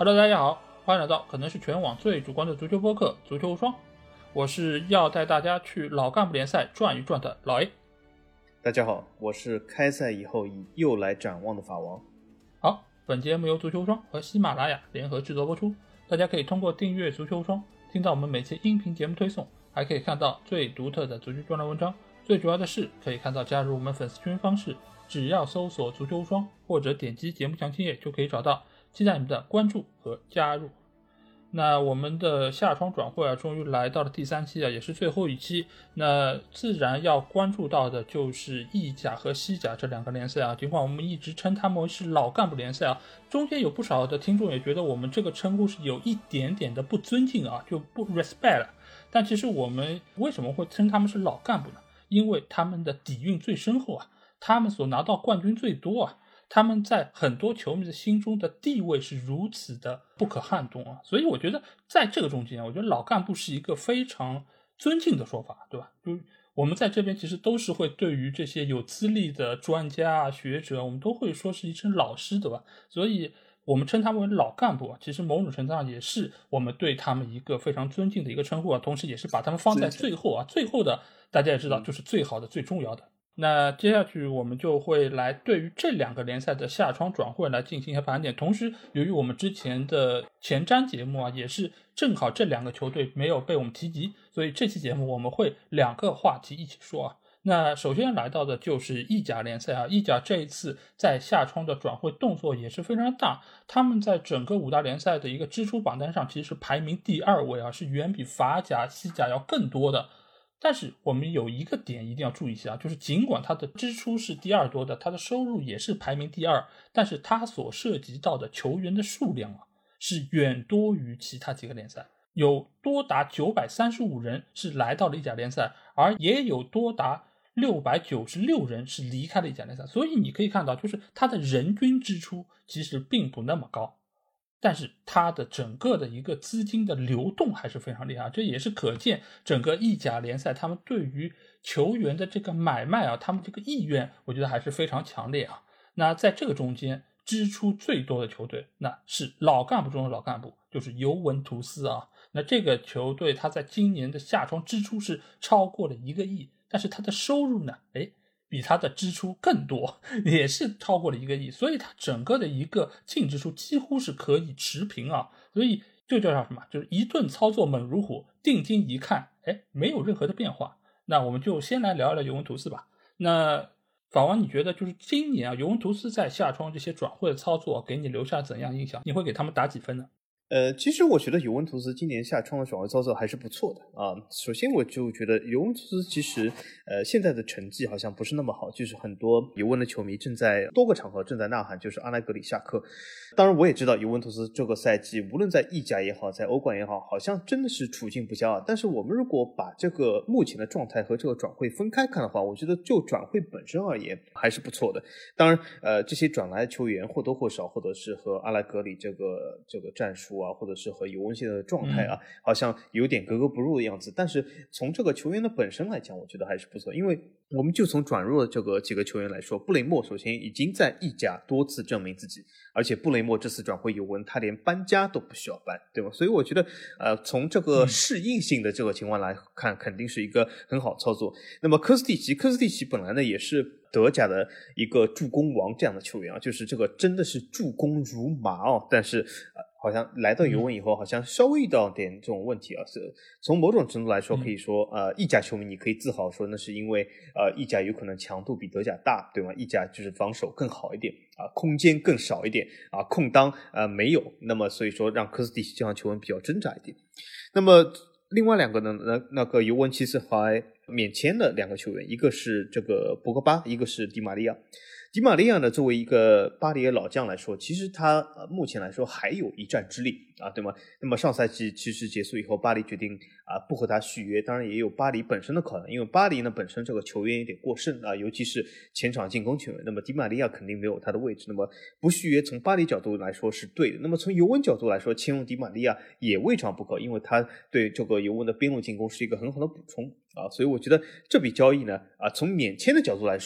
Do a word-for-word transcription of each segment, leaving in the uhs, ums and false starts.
Hello， 大家好，欢迎来到可能是全网最主观的足球播客足球无双，我是要带大家去老干部联赛转一转的老 A。 大家好，我是开赛以后又来展望的法王。 好，本节目由足球无双和喜马拉雅联合制作播出，大家可以通过订阅足球无双听到我们每期音频节目推送，还可以看到最独特的足球专栏文章，最主要的是可以看到加入我们粉丝群方式，只要搜索足球无双或者点击节目详情页就可以找到，期待你们的关注和加入。那我们的夏窗转会啊，终于来到了第三期啊，也是最后一期。那自然要关注到的就是意甲和西甲这两个联赛啊。尽管我们一直称他们是老干部联赛啊，中间有不少的听众也觉得我们这个称呼是有一点点的不尊敬啊，就不 respect 了。但其实我们为什么会称他们是老干部呢？因为他们的底蕴最深厚啊，他们所拿到冠军最多啊。他们在很多球迷的心中的地位是如此的不可撼动啊，所以我觉得在这个中间，我觉得老干部是一个非常尊敬的说法，对吧？就我们在这边其实都是会对于这些有资历的专家啊、学者，我们都会说是一声老师，对吧？所以我们称他们为老干部啊，其实某种程度上也是我们对他们一个非常尊敬的一个称呼啊，同时也是把他们放在最后啊，最后的大家也知道就是最好的、最重要的。那接下去我们就会来对于这两个联赛的夏窗转会来进行一下盘点，同时由于我们之前的前瞻节目啊，也是正好这两个球队没有被我们提及，所以这期节目我们会两个话题一起说啊。那首先来到的就是意甲联赛啊，意甲这一次在夏窗的转会动作也是非常大，他们在整个五大联赛的一个支出榜单上其实是排名第二位啊，是远比法甲、西甲要更多的。但是我们有一个点一定要注意一下，就是尽管它的支出是第二多的，它的收入也是排名第二，但是它所涉及到的球员的数量啊，是远多于其他几个联赛，有多达九百三十五人是来到了意甲联赛，而也有多达六百九十六人是离开了意甲联赛，所以你可以看到，就是它的人均支出其实并不那么高。但是它的整个的一个资金的流动还是非常厉害，这也是可见整个意甲联赛他们对于球员的这个买卖啊，他们这个意愿我觉得还是非常强烈啊。那在这个中间支出最多的球队那是老干部中的老干部，就是尤文图斯啊。那这个球队它在今年的夏窗支出是超过了一个亿，但是它的收入呢诶比他的支出更多，也是超过了一个亿，所以他整个的一个净支出几乎是可以持平啊，所以这叫什么？就是一顿操作猛如虎，定睛一看，哎，没有任何的变化。那我们就先来聊一聊尤文图斯吧。那法王，你觉得就是今年啊，尤文图斯在夏窗这些转会的操作给你留下怎样印象？你会给他们打几分呢？ 呃，其实我觉得尤文图斯今年夏窗的转会操作还是不错的啊。首先，我就觉得尤文图斯其实呃现在的成绩好像不是那么好，就是很多尤文的球迷正在多个场合正在呐喊，就是阿莱格里下课。当然，我也知道尤文图斯这个赛季无论在意甲也好，在欧冠也好，好像真的是处境不佳啊。但是我们如果把这个目前的状态和这个转会分开看的话，我觉得就转会本身而言还是不错的。当然，呃，这些转来的球员或多或少，或者是和阿莱格里这个这个战术啊，或者是和尤文现在的状态啊，嗯、好像有点格格不入的样子。但是从这个球员的本身来讲，我觉得还是不错。因为我们就从转入的这个几个球员来说，布雷默首先已经在意甲多次证明自己，而且布雷默这次转会尤文，他连搬家都不需要搬，对吧？所以我觉得，呃，从这个适应性的这个情况来看，肯定是一个很好操作。那么科斯蒂奇，科斯蒂奇本来呢也是德甲的一个助攻王这样的球员啊，就是这个真的是助攻如麻哦，但是呃好像来到尤文以后，好像稍微遇到点这种问题啊。是从某种程度来说，可以说，呃，意甲球迷你可以自豪说，那是因为呃，意甲有可能强度比德甲大，对吗？意甲就是防守更好一点啊，空间更少一点啊，空当呃没有，那么所以说让科斯蒂奇这样球员比较挣扎一点。那么另外两个呢，那那个尤文其实还免签了两个球员，一个是这个博格巴，一个是迪玛利亚。迪玛利亚呢，作为一个巴黎的老将来说，其实他、呃、目前来说还有一战之力啊，对吗？那么上赛季其实结束以后，巴黎决定啊不和他续约，当然也有巴黎本身的考量，因为巴黎呢本身这个球员有点过剩啊，尤其是前场进攻球员，那么迪玛利亚肯定没有他的位置，那么不续约从巴黎角度来说是对的，那么从尤文角度来说，签用迪玛利亚也未尝不可，因为他对这个尤文的边路进攻是一个很好的补充啊，所以我觉得这笔交易呢啊，从免签的角度来说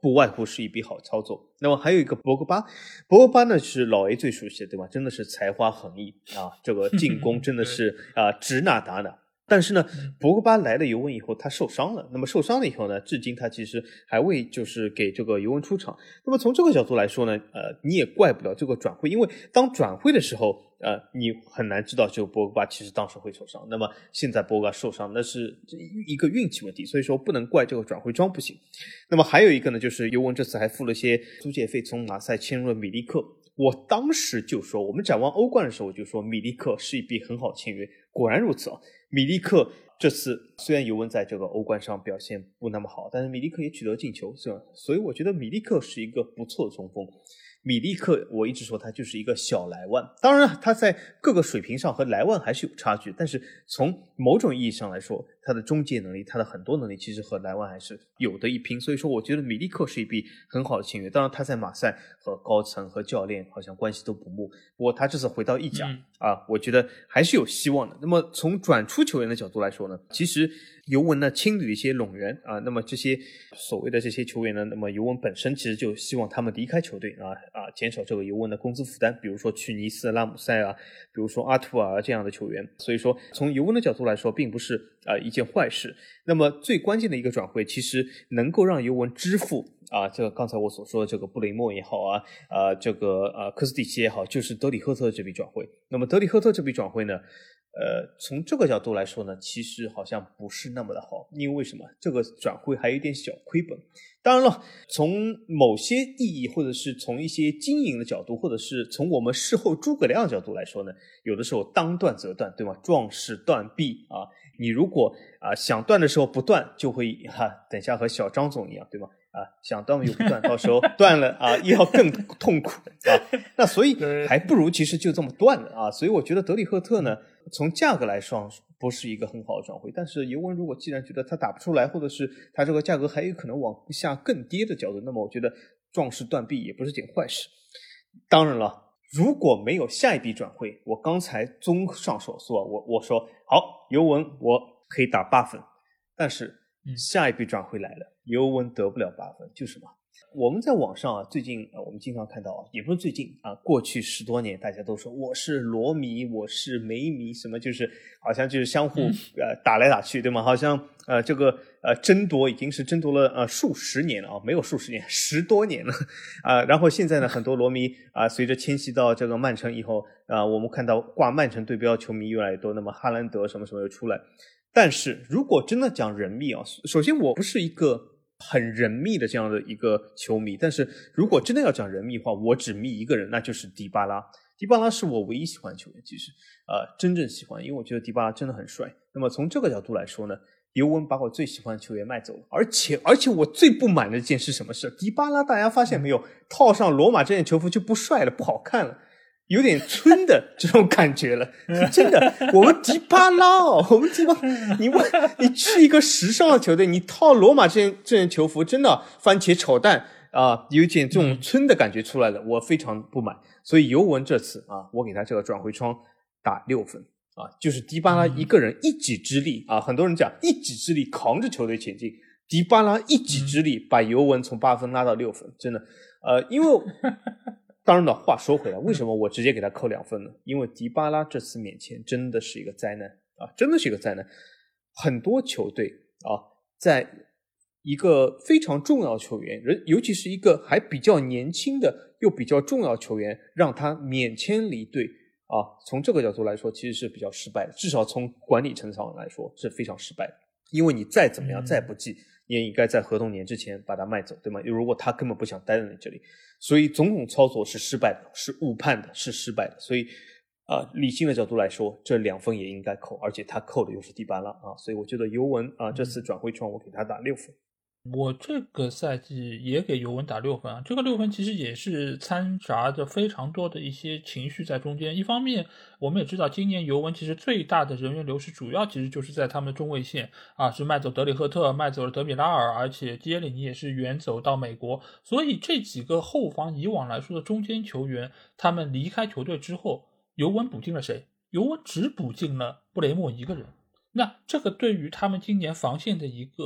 不外乎是一笔好操作。那么还有一个博格巴，博格巴呢是老 A 最熟悉的，对吧？真的是才华横溢啊，这个进攻真的是啊指哪打哪。但是呢，博格巴来了尤文以后，他受伤了。那么受伤了以后呢，至今他其实还未就是给这个尤文出场。那么从这个角度来说呢，呃，你也怪不了这个转会，因为当转会的时候，呃，你很难知道这个博格巴其实当时会受伤。那么现在博格巴受伤，那是一个运气问题，所以说不能怪这个转会窗不行。那么还有一个呢，就是尤文这次还付了些租借费，从马赛签入了米利克。我当时就说，我们展望欧冠的时候，我就说米利克是一笔很好签约，果然如此啊。米利克这次虽然尤文在这个欧冠上表现不那么好，但是米利克也取得进球，是吧？所以我觉得米利克是一个不错的中锋。米利克我一直说他就是一个小莱万，当然他在各个水平上和莱万还是有差距，但是从某种意义上来说，他的中介能力，他的很多能力其实和莱万还是有的一拼。所以说我觉得米利克是一笔很好的签约。当然他在马赛和高层和教练好像关系都不睦，不过他这次回到意甲、嗯、啊，我觉得还是有希望的。那么从转出球员的角度来说呢，其实尤文呢清理一些拢员啊，那么这些所谓的这些球员呢，那么尤文本身其实就希望他们离开球队啊啊，减少这个尤文的工资负担，比如说去尼斯、拉姆塞啊，比如说阿图尔这样的球员。所以说从尤文的角度来说，并不是啊一件坏事。那么最关键的一个转会，其实能够让尤文支付啊，这个刚才我所说的这个布雷默也好啊，啊这个呃科斯蒂奇也好，就是德里赫特这笔转会。那么德里赫特这笔转会呢？呃，从这个角度来说呢，其实好像不是那么的好，因为为什么？这个转会还有一点小亏本。当然了，从某些意义，或者是从一些经营的角度，或者是从我们事后诸葛亮的角度来说呢，有的时候当断则断，对吗？壮士断臂啊，你如果啊、呃、想断的时候不断，就会哈、啊，等一下和小张总一样，对吗？啊，想断又不断，到时候断了啊，又要更痛苦啊。那所以还不如其实就这么断了啊。所以我觉得德里赫特呢，从价格来说不是一个很好的转会，但是尤文如果既然觉得他打不出来，或者是他这个价格还有可能往下更跌的角度，那么我觉得壮士断臂也不是件坏事。当然了，如果没有下一笔转会，我刚才综上所述，我我说好，尤文我可以打八分，但是下一笔转会来了，尤文得不了八分，就是什么？我们在网上啊，最近啊，我们经常看到啊，也不是最近啊，过去十多年，大家都说我是罗迷，我是梅迷，什么就是好像就是相互呃打来打去，对吗？好像呃这个呃争夺已经是争夺了呃数十年了啊，没有数十年，十多年了啊。然后现在呢，很多罗迷啊，随着迁徙到这个曼城以后啊，我们看到挂曼城对标球迷越来越多，那么哈兰德什么什么又出来。但是如果真的讲人迷啊，首先我不是一个很人迷的这样的一个球迷，但是如果真的要讲人迷的话，我只迷一个人，那就是迪巴拉。迪巴拉是我唯一喜欢的球员，其实呃真正喜欢，因为我觉得迪巴拉真的很帅。那么从这个角度来说呢，尤文把我最喜欢的球员卖走了，而且而且我最不满的一件是什么事？迪巴拉大家发现没有，套上罗马这件球服就不帅了，不好看了。有点村的这种感觉了，真的。我们迪巴拉哦，我们迪巴，你问你去一个时尚的球队，你套罗马这件这件球服，真的番茄炒蛋啊、呃，有点这种村的感觉出来了，我非常不满。所以尤文这次啊，我给他这个转会窗打六分啊，就是迪巴拉一个人一己之力啊，很多人讲一己之力扛着球队前进，迪巴拉一己之力把尤文从八分拉到六分，真的，呃，因为。当然了，话说回来，为什么我直接给他扣两分呢？因为迪巴拉这次免签真的是一个灾难啊，真的是一个灾难。很多球队啊，在一个非常重要的球员，尤其是一个还比较年轻的又比较重要的球员，让他免签离队啊，从这个角度来说，其实是比较失败的。至少从管理层上来说是非常失败的，因为你再怎么样，再不济。你也应该在合同年之前把他卖走，对吗？如果他根本不想待在你这里，所以种种操作是失败的，是误判的，是失败的。所以啊、呃，理性的角度来说，这两分也应该扣，而且他扣的又是迪巴拉啊，所以我觉得尤文啊这次转会窗我给他打六分。 我这个赛季也给尤文打六分啊，这个六分其实也是掺杂着非常多的一些情绪在中间。一方面，我们也知道今年尤文其实最大的人员流失，主要其实就是在他们的中卫线啊，是卖走德里赫特，卖走了德米拉尔，而且基耶里尼也是远走到美国。所以这几个后防以往来说的中间球员，他们离开球队之后，尤文补进了谁？尤文只补进了布雷默一个人。那这个对于他们今年防线的一个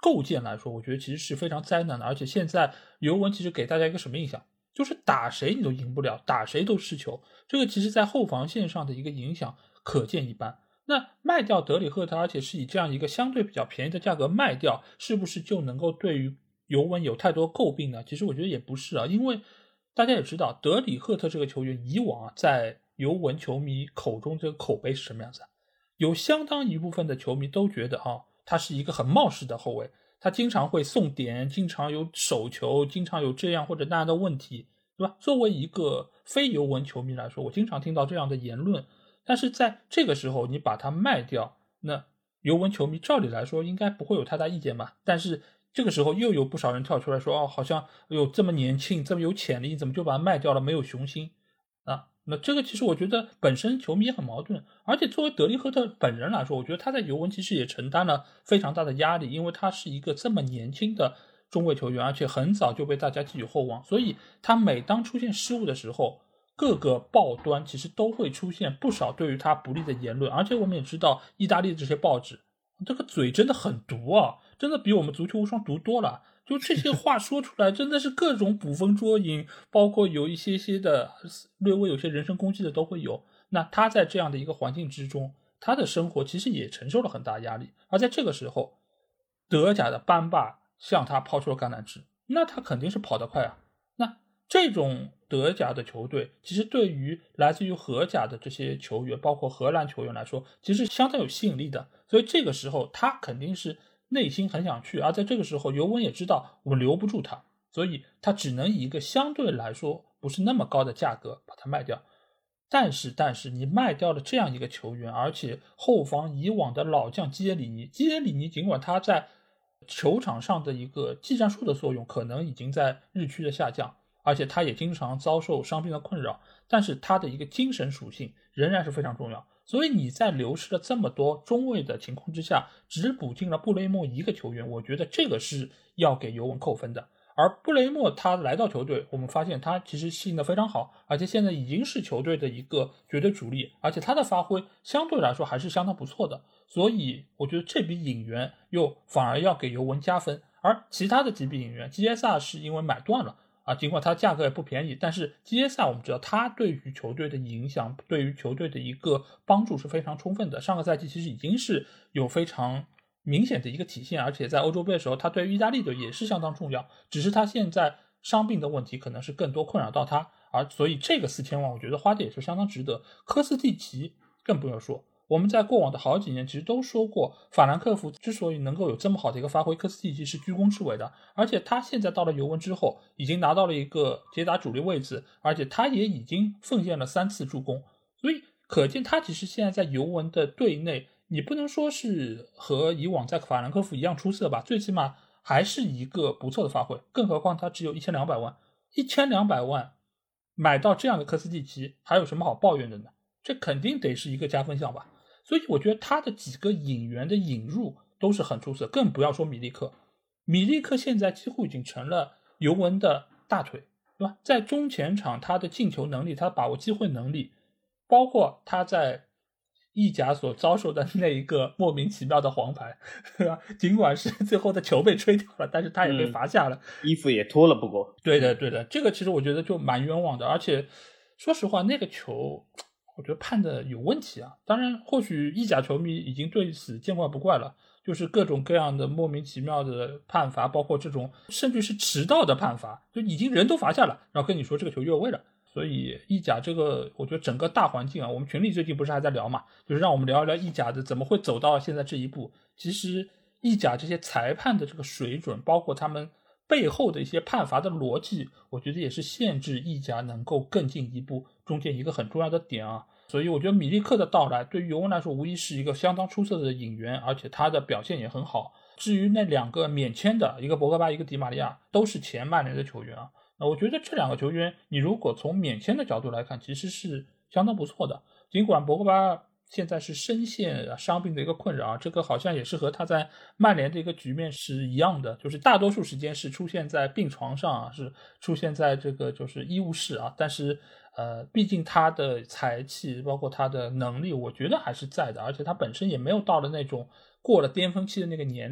构建来说，我觉得其实是非常灾难的。而且现在尤文其实给大家一个什么印象，就是打谁你都赢不了，打谁都失球，这个其实在后防线上的一个影响可见一斑。那卖掉德里赫特，而且是以这样一个相对比较便宜的价格卖掉，是不是就能够对于尤文有太多诟病呢？其实我觉得也不是啊，因为大家也知道德里赫特这个球员以往啊在尤文球迷口中这个口碑是什么样子啊？有相当一部分的球迷都觉得啊，他是一个很冒失的后卫，他经常会送点，经常有手球，经常有这样或者那样的问题，对吧？作为一个非尤文球迷来说，我经常听到这样的言论，但是在这个时候你把它卖掉，那尤文球迷照理来说应该不会有太大意见吧？但是这个时候又有不少人跳出来说，哦，好像有这么年轻，这么有潜力，怎么就把它卖掉了？没有雄心啊？那这个其实我觉得本身球迷也很矛盾，而且作为德利赫特本人来说，我觉得他在尤文其实也承担了非常大的压力，因为他是一个这么年轻的中卫球员，而且很早就被大家寄予厚望，所以他每当出现失误的时候，各个报端其实都会出现不少对于他不利的言论。而且我们也知道意大利的这些报纸这个嘴真的很毒啊，真的比我们足球无双毒多了，就这些话说出来真的是各种捕风捉影，包括有一些些的略微有些人身攻击的都会有。那他在这样的一个环境之中，他的生活其实也承受了很大压力，而在这个时候德甲的班霸向他抛出了橄榄枝，那他肯定是跑得快啊。那这种德甲的球队其实对于来自于荷甲的这些球员，包括荷兰球员来说，其实相当有吸引力的，所以这个时候他肯定是内心很想去，而在这个时候尤文也知道我们留不住他，所以他只能以一个相对来说不是那么高的价格把他卖掉。但是但是你卖掉了这样一个球员，而且后防以往的老将基耶里尼，基耶里尼尽管他在球场上的一个技战术的作用可能已经在日趋的下降，而且他也经常遭受伤病的困扰，但是他的一个精神属性仍然是非常重要。所以你在流失了这么多中卫的情况之下，只补进了布雷默一个球员，我觉得这个是要给尤文扣分的。而布雷默他来到球队，我们发现他其实适应的非常好，而且现在已经是球队的一个绝对主力，而且他的发挥相对来说还是相当不错的，所以我觉得这笔引援又反而要给尤文加分。而其他的几笔引援，基耶萨是因为买断了啊，尽管它价格也不便宜，但是基耶萨我们知道他对于球队的影响，对于球队的一个帮助是非常充分的，上个赛季其实已经是有非常明显的一个体现，而且在欧洲杯的时候他对于意大利队也是相当重要，只是他现在伤病的问题可能是更多困扰到他，而所以这个四千万我觉得花的也是相当值得。科斯蒂奇更不用说，我们在过往的好几年其实都说过，法兰克福之所以能够有这么好的一个发挥，科斯蒂奇是居功至伟的，而且他现在到了尤文之后已经拿到了一个接打主力位置，而且他也已经奉献了三次助攻，所以可见他其实现在在尤文的队内你不能说是和以往在法兰克福一样出色吧，最起码还是一个不错的发挥，更何况他只有一千两百万，一千两百万买到这样的科斯蒂奇还有什么好抱怨的呢？这肯定得是一个加分项吧。所以我觉得他的几个引援的引入都是很出色，更不要说米利克。米利克现在几乎已经成了尤文的大腿，对吧？在中前场他的进球能力，他把握机会能力，包括他在意甲所遭受的那一个莫名其妙的黄牌，对吧？尽管是最后的球被吹掉了，但是他也被罚下了， 嗯、衣服也脱了，不过对的对的，这个其实我觉得就蛮冤枉的，而且说实话那个球我觉得判的有问题啊，当然或许意甲球迷已经对此见怪不怪了，就是各种各样的莫名其妙的判罚，包括这种甚至是迟到的判罚，就已经人都罚下了，然后跟你说这个球越位了。所以意甲这个我觉得整个大环境啊，我们群里最近不是还在聊嘛，就是让我们聊一聊意甲的怎么会走到现在这一步。其实意甲这些裁判的这个水准，包括他们背后的一些判罚的逻辑，我觉得也是限制意甲能够更进一步中间一个很重要的点啊。所以我觉得米利克的到来对于尤文来说无疑是一个相当出色的引援，而且他的表现也很好。至于那两个免签的，一个博格巴一个迪玛利亚，都是前曼联的球员啊。那我觉得这两个球员你如果从免签的角度来看，其实是相当不错的。尽管博格巴现在是深陷伤病的一个困扰，这个好像也是和他在曼联的一个局面是一样的，就是大多数时间是出现在病床上啊，是出现在这个就是医务室啊，但是呃，毕竟他的才气包括他的能力我觉得还是在的，而且他本身也没有到了那种过了巅峰期的那个年龄，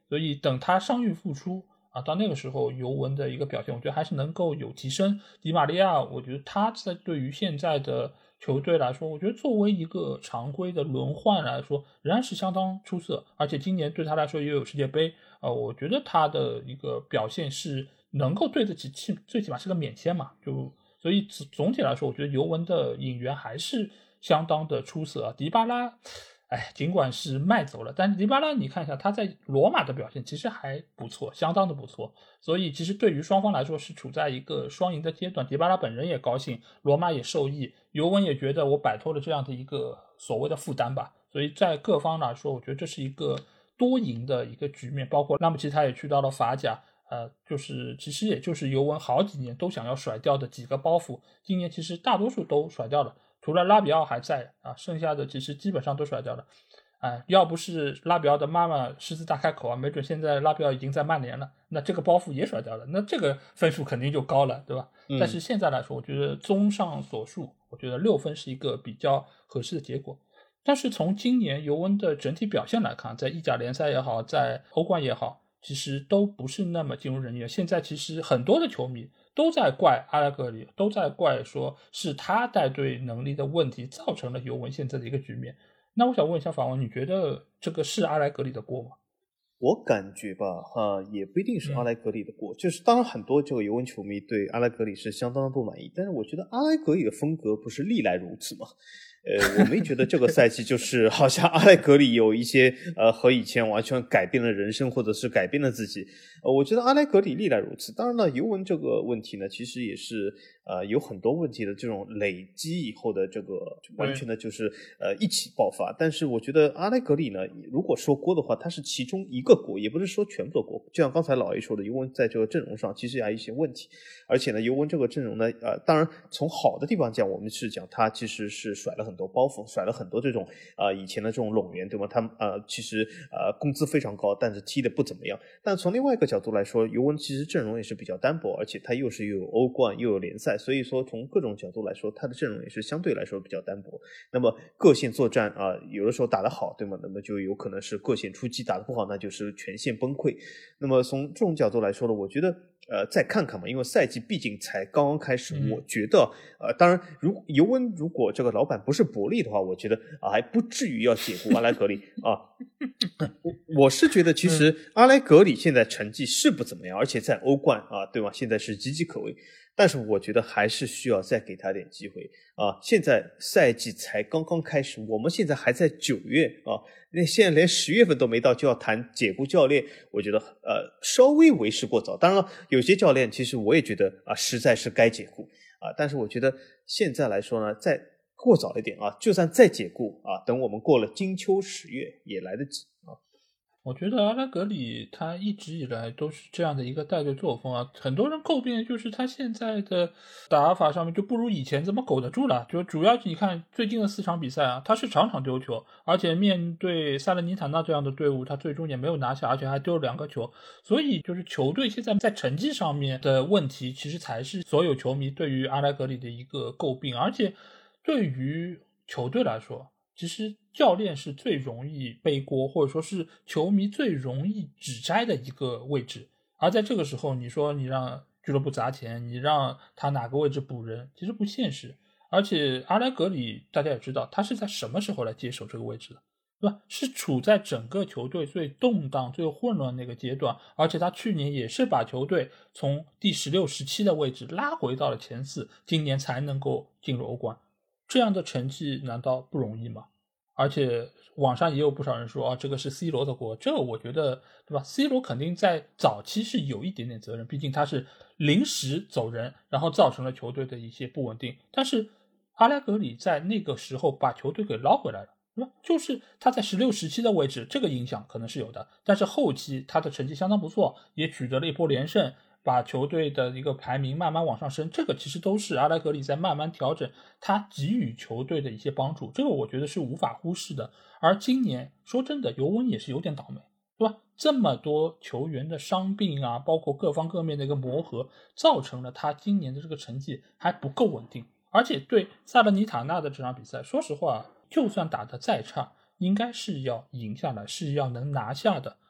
所以等他伤愈复出啊，到那个时候尤文的一个表现我觉得还是能够有提升。迪玛利亚我觉得他在对于现在的球队来说，我觉得作为一个常规的轮换来说仍然是相当出色，而且今年对他来说也有世界杯，呃，我觉得他的一个表现是能够对得起，最起码是个免签嘛，就所以总体来说我觉得尤文的引援还是相当的出色啊。迪巴拉哎，尽管是卖走了，但是迪巴拉你看一下他在罗马的表现其实还不错，相当的不错，所以其实对于双方来说是处在一个双赢的阶段。迪巴拉本人也高兴，罗马也受益，尤文也觉得我摆脱了这样的一个所谓的负担吧，所以在各方来说我觉得这是一个多赢的一个局面。包括拉姆齐他也去到了法甲，呃，就是其实也就是尤文好几年都想要甩掉的几个包袱，今年其实大多数都甩掉了，除了拉比奥还在啊，剩下的其实基本上都甩掉了。哎，要不是拉比奥的妈妈狮子大开口啊，没准现在拉比奥已经在曼联了，那这个包袱也甩掉了，那这个分数肯定就高了，对吧？嗯、但是现在来说，我觉得综上所述，我觉得六分是一个比较合适的结果。但是从今年尤文的整体表现来看，在意甲联赛也好，在欧冠也好，其实都不是那么尽如人意。现在其实很多的球迷都在怪阿莱格里，都在怪说是他带队能力的问题造成了尤文现在的一个局面。那我想问一下法王，你觉得这个是阿莱格里的锅吗？ 我感觉吧，哈、呃，也不一定是阿莱格里的锅。嗯、就是当然很多这个尤文球迷对阿莱格里是相当的不满意，但是我觉得阿莱格里的风格不是历来如此吗？呃，我没觉得这个赛季就是好像阿莱格里有一些呃和以前完全改变了人生，或者是改变了自己。呃，我觉得阿莱格里历来如此。当然了，尤文这个问题呢，其实也是呃有很多问题的这种累积以后的这个完全的就是呃一起爆发。但是我觉得阿莱格里呢，如果说锅的话，他是其中一个锅，也不是说全部的锅。就像刚才老 A 说的，尤文在这个阵容上其实也有一些问题，而且呢，尤文这个阵容呢，呃，当然从好的地方讲，我们是讲他其实是甩了很多包袱，甩了很多这种呃以前的这种拢员，对吗？他呃其实呃工资非常高，但是踢的不怎么样。但从另外一个角度来说，尤文其实阵容也是比较单薄，而且他又是又有欧冠又有联赛，所以说从各种角度来说，他的阵容也是相对来说比较单薄。那么各线作战啊、呃，有的时候打得好，对吗？那么就有可能是各线出击，打得不好，那就是全线崩溃。那么从这种角度来说呢，我觉得呃再看看嘛，因为赛季毕竟才刚刚开始，嗯、我觉得呃当然如尤文如果这个老板不是伯利的话，我觉得啊、呃、还不至于要解雇阿莱格里啊。我我是觉得其实阿莱格里现在成绩是不怎么样，而且在欧冠啊，对吧？现在是岌岌可危。但是我觉得还是需要再给他点机会啊！现在赛季才刚刚开始，我们现在还在九月啊，那现在连十月份都没到就要谈解雇教练，我觉得呃稍微为时过早。当然了，有些教练其实我也觉得啊实在是该解雇啊，但是我觉得现在来说呢，再过早一点啊，就算再解雇啊，等我们过了金秋十月也来得及啊。 我觉得阿拉格里他一直以来都是这样的一个带队作风啊，很多人诟病的就是他现在的打法上面就不如以前这么苟得住了，就主要你看最近的四场比赛啊，他是场场丢球，而且面对塞勒尼塔纳这样的队伍，他最终也没有拿下，而且还丢了两个球，所以就是球队现在在成绩上面的问题，其实才是所有球迷对于阿拉格里的一个诟病，而且对于球队来说，其实教练是最容易背锅，或者说是球迷最容易指摘的一个位置。而在这个时候，你说你让俱乐部砸钱，你让他哪个位置补人，其实不现实。而且阿莱格里大家也知道，他是在什么时候来接手这个位置的，对吧？是处在整个球队最动荡、最混乱那个阶段，而且他去年也是把球队从第十六、十七的位置拉回到了前四，今年才能够进入欧冠。这样的成绩难道不容易吗？而且网上也有不少人说啊，这个是 C 罗的锅，这个我觉得对吧 ？C 罗肯定在早期是有一点点责任，毕竟他是临时走人，然后造成了球队的一些不稳定。但是阿莱格里在那个时候把球队给捞回来了，对吧？就是他在十六、十七的位置，这个影响可能是有的，但是后期他的成绩相当不错，也取得了一波连胜，把球队的一个排名慢慢往上升，这个其实都是阿莱格里在慢慢调整他给予球队的一些帮助，这个我觉得是无法忽视的。而今年说真的，尤文也是有点倒霉，对吧？这么多球员的伤病啊，包括各方各面的一个磨合，造成了他今年的这个成绩还不够稳定。而且对萨勒尼塔纳的这场比赛，说实话，就算打得再差，应该是要赢下来，是要能拿下的。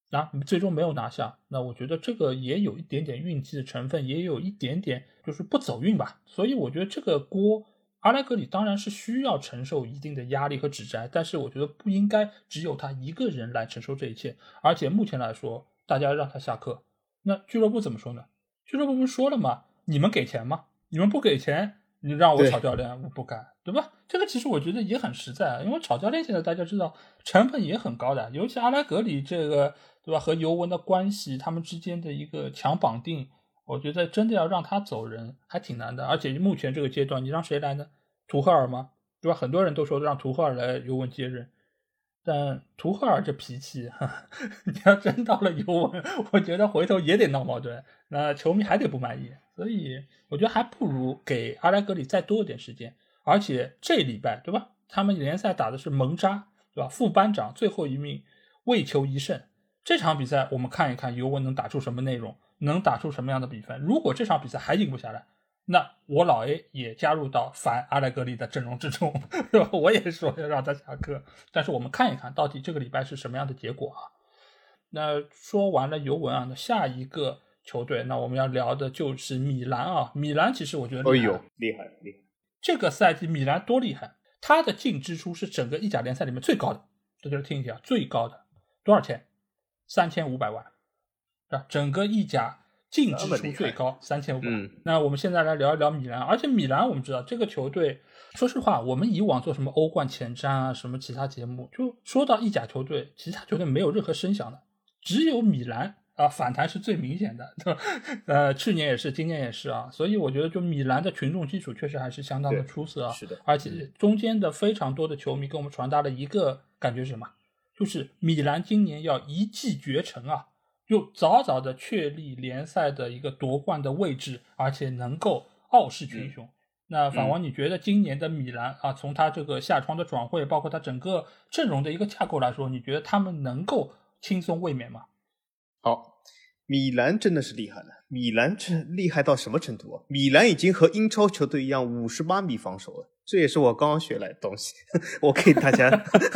啊，最终没有拿下，那我觉得这个也有一点点运气的成分，也有一点点就是不走运吧。所以我觉得这个锅阿莱格里当然是需要承受一定的压力和指摘，但是我觉得不应该只有他一个人来承受这一切。而且目前来说，大家让他下课，那俱乐部怎么说呢？俱乐部不是说了吗？你们给钱吗？你们不给钱，你让我炒教练，我不干，对吧？这个其实我觉得也很实在，因为炒教练现在大家知道成本也很高的，尤其阿莱格里这个，对吧？和尤文的关系，他们之间的一个强绑定，我觉得真的要让他走人还挺难的。而且目前这个阶段，你让谁来呢？图赫尔吗？对吧？很多人都说让图赫尔来尤文接任，但图赫尔这脾气，呵呵你要真到了尤文，我觉得回头也得闹矛盾，那球迷还得不满意。所以我觉得还不如给阿莱格里再多一点时间。而且这礼拜，对吧？他们联赛打的是蒙扎，对吧？副班长最后一名，为求一胜。这场比赛我们看一看尤文能打出什么内容，能打出什么样的比分。如果这场比赛还赢不下来，那我老 A 也加入到反阿莱格里的阵容之中，对吧？我也说要让他下课。但是我们看一看到底这个礼拜是什么样的结果啊？那说完了尤文啊，那下一个球队，那我们要聊的就是米兰啊。米兰其实我觉得厉害， 哎呦，厉害厉害！ 这个赛季米兰多厉害，他的净支出是整个意甲联赛里面最高的，这就是听一听啊，最高的多少钱？三千五百万，是吧？整个意甲净支出最高三千五百万。 嗯， 那我们现在来聊一聊米兰，而且米兰我们知道这个球队，说实话，我们以往做什么欧冠前瞻啊，什么其他节目，就说到意甲球队，其他球队没有任何声响的，只有米兰啊反弹是最明显的，对吧？呃，去年也是，今年也是啊，所以我觉得就米兰的群众基础确实还是相当的出色啊。 是的， 而且中间的非常多的球迷给我们传达了一个感觉是什么？就是米兰今年要一骑绝尘啊，就早早的确立联赛的一个夺冠的位置，而且能够傲视群雄。嗯、那反王，你觉得今年的米兰啊，从他这个下窗的转会，包括他整个阵容的一个架构来说，你觉得他们能够轻松卫冕吗？ 好，米兰真的是厉害了。米兰这厉害到什么程度啊？米兰已经和英超球队一样五十八米防守了，这也是我刚刚学来的东西，我给大家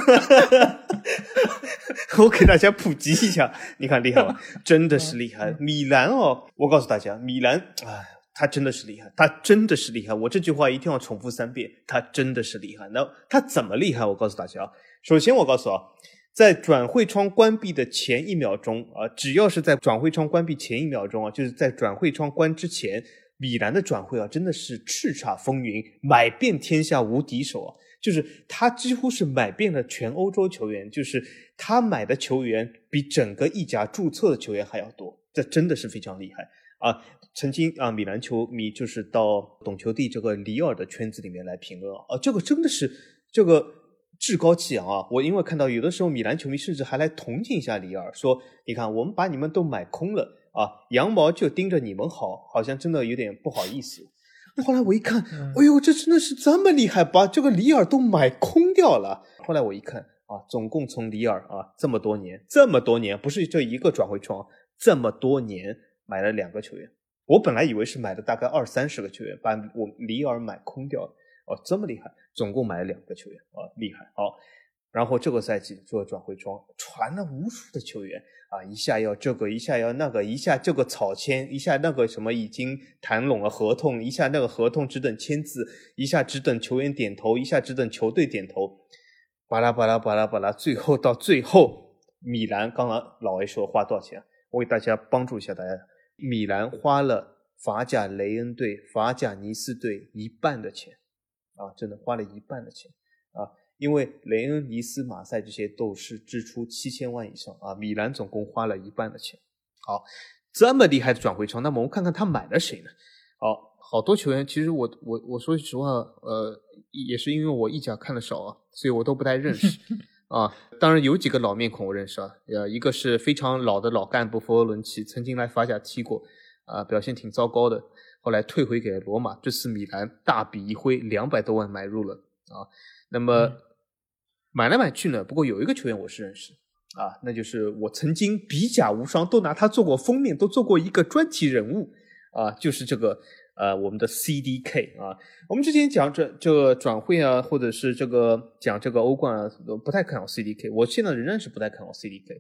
我给大家普及一下。你看厉害吧？真的是厉害。米兰哦，我告诉大家，米兰哎，他真的是厉害，他真的是厉害。我这句话一定要重复三遍，他真的是厉害。那他怎么厉害？我告诉大家，首先我告诉啊，在转会窗关闭的前一秒钟啊，只要是在转会窗关闭前一秒钟啊，就是在转会窗关之前，米兰的转会啊，真的是叱咤风云，买遍天下无敌手啊！就是他几乎是买遍了全欧洲球员，就是他买的球员比整个意甲注册的球员还要多，这真的是非常厉害啊！曾经啊，米兰球迷就是到懂球帝这个里尔的圈子里面来评论啊，这个真的是这个趾高气扬啊！我因为看到有的时候米兰球迷甚至还来同情一下里尔，说你看我们把你们都买空了啊，羊毛就盯着你们好，好像真的有点不好意思。后来我一看，哎呦，这真的是这么厉害，把这个里尔都买空掉了。后来我一看啊，总共从里尔啊这么多年，这么多年不是这一个转会窗，这么多年买了两个球员。我本来以为是买了大概二三十个球员，把我里尔买空掉了。哦，这么厉害，总共买了两个球员啊，厉害。好，然后这个赛季做转会窗，传了无数的球员啊，一下要这个，一下要那个，一下这个草签，一下那个什么已经谈拢了合同，一下那个合同只等签字，一下只等球员点头，一下只等球队点头，巴拉巴拉巴拉巴拉，最后到最后，米兰刚刚老 A 说花多少钱？我给大家帮助一下大家，米兰花了法甲雷恩队、法甲尼斯队一半的钱啊，真的花了一半的钱啊。因为雷恩、尼斯、马赛这些都是支出七千万以上啊，米兰总共花了一半的钱。好，这么厉害的转会窗，那么我们看看他买了谁呢？好，好多球员，其实我我我说实话，呃，也是因为我意甲看的少啊，所以我都不太认识啊。当然有几个老面孔我认识啊，呃，一个是非常老的老干部佛罗伦齐，曾经来法甲踢过啊，表现挺糟糕的，后来退回给了罗马，这次米兰大笔一挥，两百多万买入了啊。那么买来买去呢，不过有一个球员我是认识啊，那就是我曾经比甲无双，都拿他做过封面，都做过一个专题人物啊，就是这个呃我们的 C D K 啊。我们之前讲这这个转会啊，或者是这个讲这个欧冠啊，都不太看好 C D K， 我现在仍然是不太看好 C D K。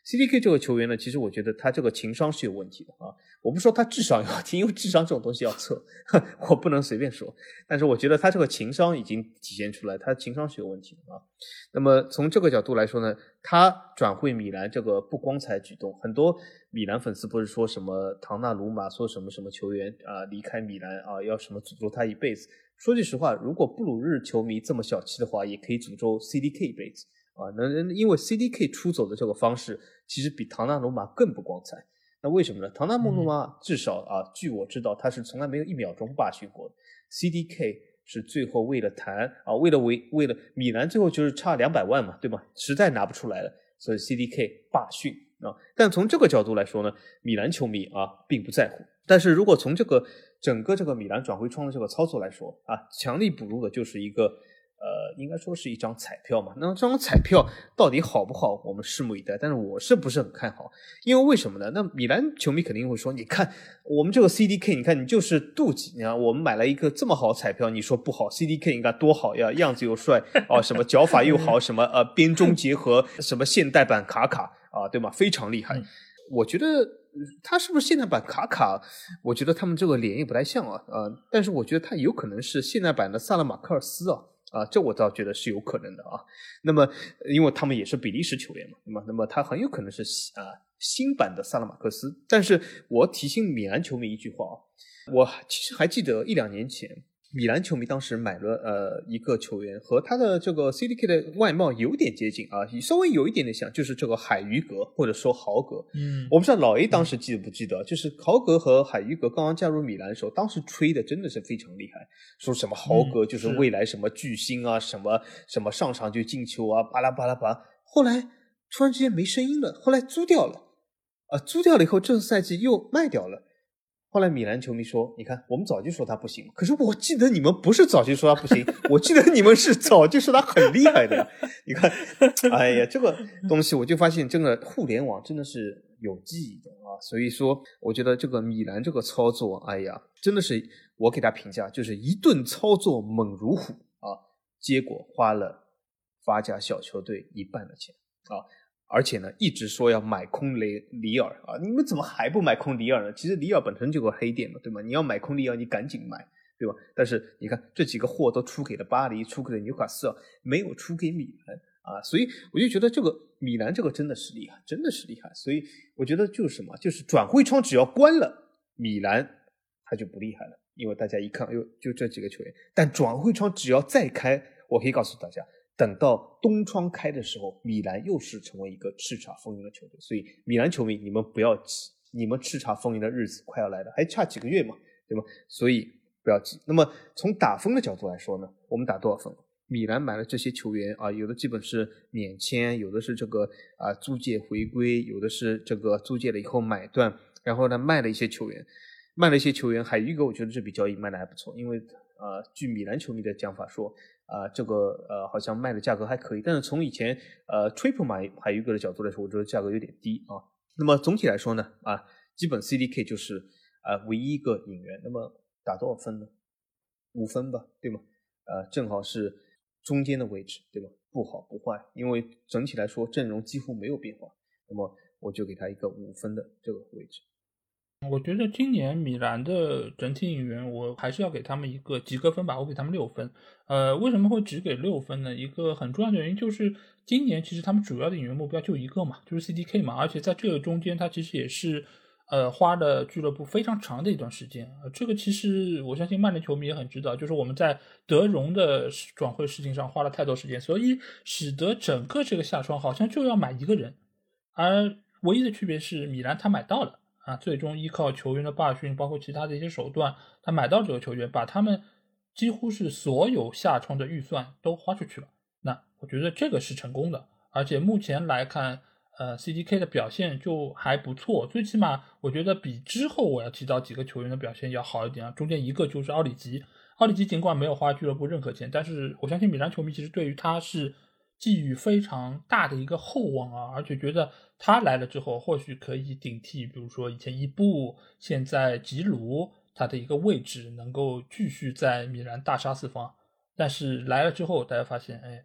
C D K 这个球员呢，其实我觉得他这个情商是有问题的啊。我不说他智商有问题，因为智商这种东西要测，我不能随便说。但是我觉得他这个情商已经体现出来，他情商是有问题的啊。那么从这个角度来说呢，他转会米兰这个不光彩举动，很多米兰粉丝不是说什么唐纳鲁马说什么什么球员啊离开米兰啊要什么诅咒他一辈子。说句实话，如果布鲁日球迷这么小气的话，也可以诅咒 C D K 一辈子啊。那因为 C D K 出走的这个方式，其实比唐纳鲁马更不光彩。那为什么呢？唐纳鲁马至少啊，据我知道，他是从来没有一秒钟罢训过的。C D K 是最后为了谈啊，为了为为了米兰最后就是差两百万嘛，对吧？实在拿不出来了，所以 C D K 罢训啊。但从这个角度来说呢，米兰球迷啊并不在乎。但是如果从这个整个这个米兰转会窗的这个操作来说啊，强力补入的就是一个呃，应该说是一张彩票嘛。那么这张彩票到底好不好，我们拭目以待。但是我是不是很看好？因为为什么呢？那米兰球迷肯定会说，你看我们这个 C D K， 你看你就是妒忌，你看我们买了一个这么好彩票，你说不好 ，C D K 应该多好呀，样子又帅啊，什么脚法又好，什么呃边中结合，什么现代版卡卡啊，对吗？非常厉害。嗯、我觉得。他是不是现代版卡卡？我觉得他们这个脸也不太像啊，呃，但是我觉得他有可能是现代版的萨勒马克尔斯啊，啊，这我倒觉得是有可能的啊。那么，因为他们也是比利时球员嘛，那么，那么他很有可能是啊新版的萨勒马克斯。但是我提醒米兰球迷一句话啊，我其实还记得一两年前。米兰球迷当时买了呃一个球员，和他的这个 C D K 的外貌有点接近啊，稍微有一点点像，就是这个海鱼格或者说豪格。 嗯， 我不知道老 A 当时记得不记得，嗯、就是豪格和海鱼格刚刚加入米兰的时候，当时吹的真的是非常厉害，说什么豪格就是未来什么巨星啊，嗯、什么什么上场就进球啊，巴拉巴拉巴拉。后来突然之间没声音了，后来租掉了，啊，租掉了以后，这个赛季又卖掉了。后来米兰球迷说，你看我们早就说他不行，可是我记得你们不是早就说他不行，我记得你们是早就说他很厉害的。你看，哎呀，这个东西我就发现真的互联网真的是有记忆的啊。所以说我觉得这个米兰这个操作，哎呀，真的是我给他评价就是一顿操作猛如虎啊，结果花了法甲小球队一半的钱啊。而且呢，一直说要买空雷里尔啊，你们怎么还不买空里尔呢？其实里尔本身就有个黑点嘛，对吗？你要买空里尔，你赶紧买，对吧？但是你看这几个货都出给了巴黎，出给了纽卡斯尔，没有出给米兰啊，所以我就觉得这个米兰这个真的是厉害，真的是厉害。所以我觉得就是什么，就是转会窗只要关了，米兰他就不厉害了，因为大家一看，哎呦，就这几个球员。但转会窗只要再开，我可以告诉大家。等到冬窗开的时候，米兰又是成为一个叱咤风云的球队，所以米兰球迷你们不要急，你们叱咤风云的日子快要来了，还差几个月嘛，对吗？所以不要急。那么从打分的角度来说呢，我们打多少分？米兰买了这些球员啊，有的基本是免签，有的是这个啊租借回归，有的是这个租借了以后买断，然后呢卖了一些球员，卖了一些球员，海鱼格我觉得这笔交易卖的还不错，因为呃据米兰球迷的讲法说。啊、呃，这个呃，好像卖的价格还可以，但是从以前呃 Triple 买海鱼格的角度来说，我觉得价格有点低啊。那么总体来说呢，啊，基本 C D K 就是啊、呃、唯一一个引援。那么打多少分呢？五分吧，对吗？呃，正好是中间的位置，对吧？不好不坏，因为整体来说阵容几乎没有变化。那么我就给他一个五分的这个位置。 我觉得今年米兰的整体引援，我还是要给他们一个及格分吧，我给他们六分。呃，为什么会只给六分呢？一个很重要的原因就是今年其实他们主要的引援目标就一个嘛，就是 C D K 嘛，而且在这个中间，他其实也是呃花了俱乐部非常长的一段时间。呃，这个其实我相信曼联球迷也很知道，就是我们在德容的转会事情上花了太多时间，所以使得整个这个夏窗好像就要买一个人，而唯一的区别是米兰他买到了。啊，最终依靠球员的罢训，包括其他的一些手段，他买到这个球员，把他们几乎是所有下窗的预算都花出去了。那我觉得这个是成功的，而且目前来看，呃 ，C D K 的表现就还不错，最起码我觉得比之后我要提到几个球员的表现要好一点啊。中间一个就是奥里吉，奥里吉尽管没有花俱乐部任何钱，但是我相信米兰球迷其实对于他是寄予非常大的一个厚望啊，而且觉得他来了之后，或许可以顶替，比如说以前伊布，现在吉鲁，他的一个位置能够继续在米兰大杀四方。但是来了之后，大家发现，哎，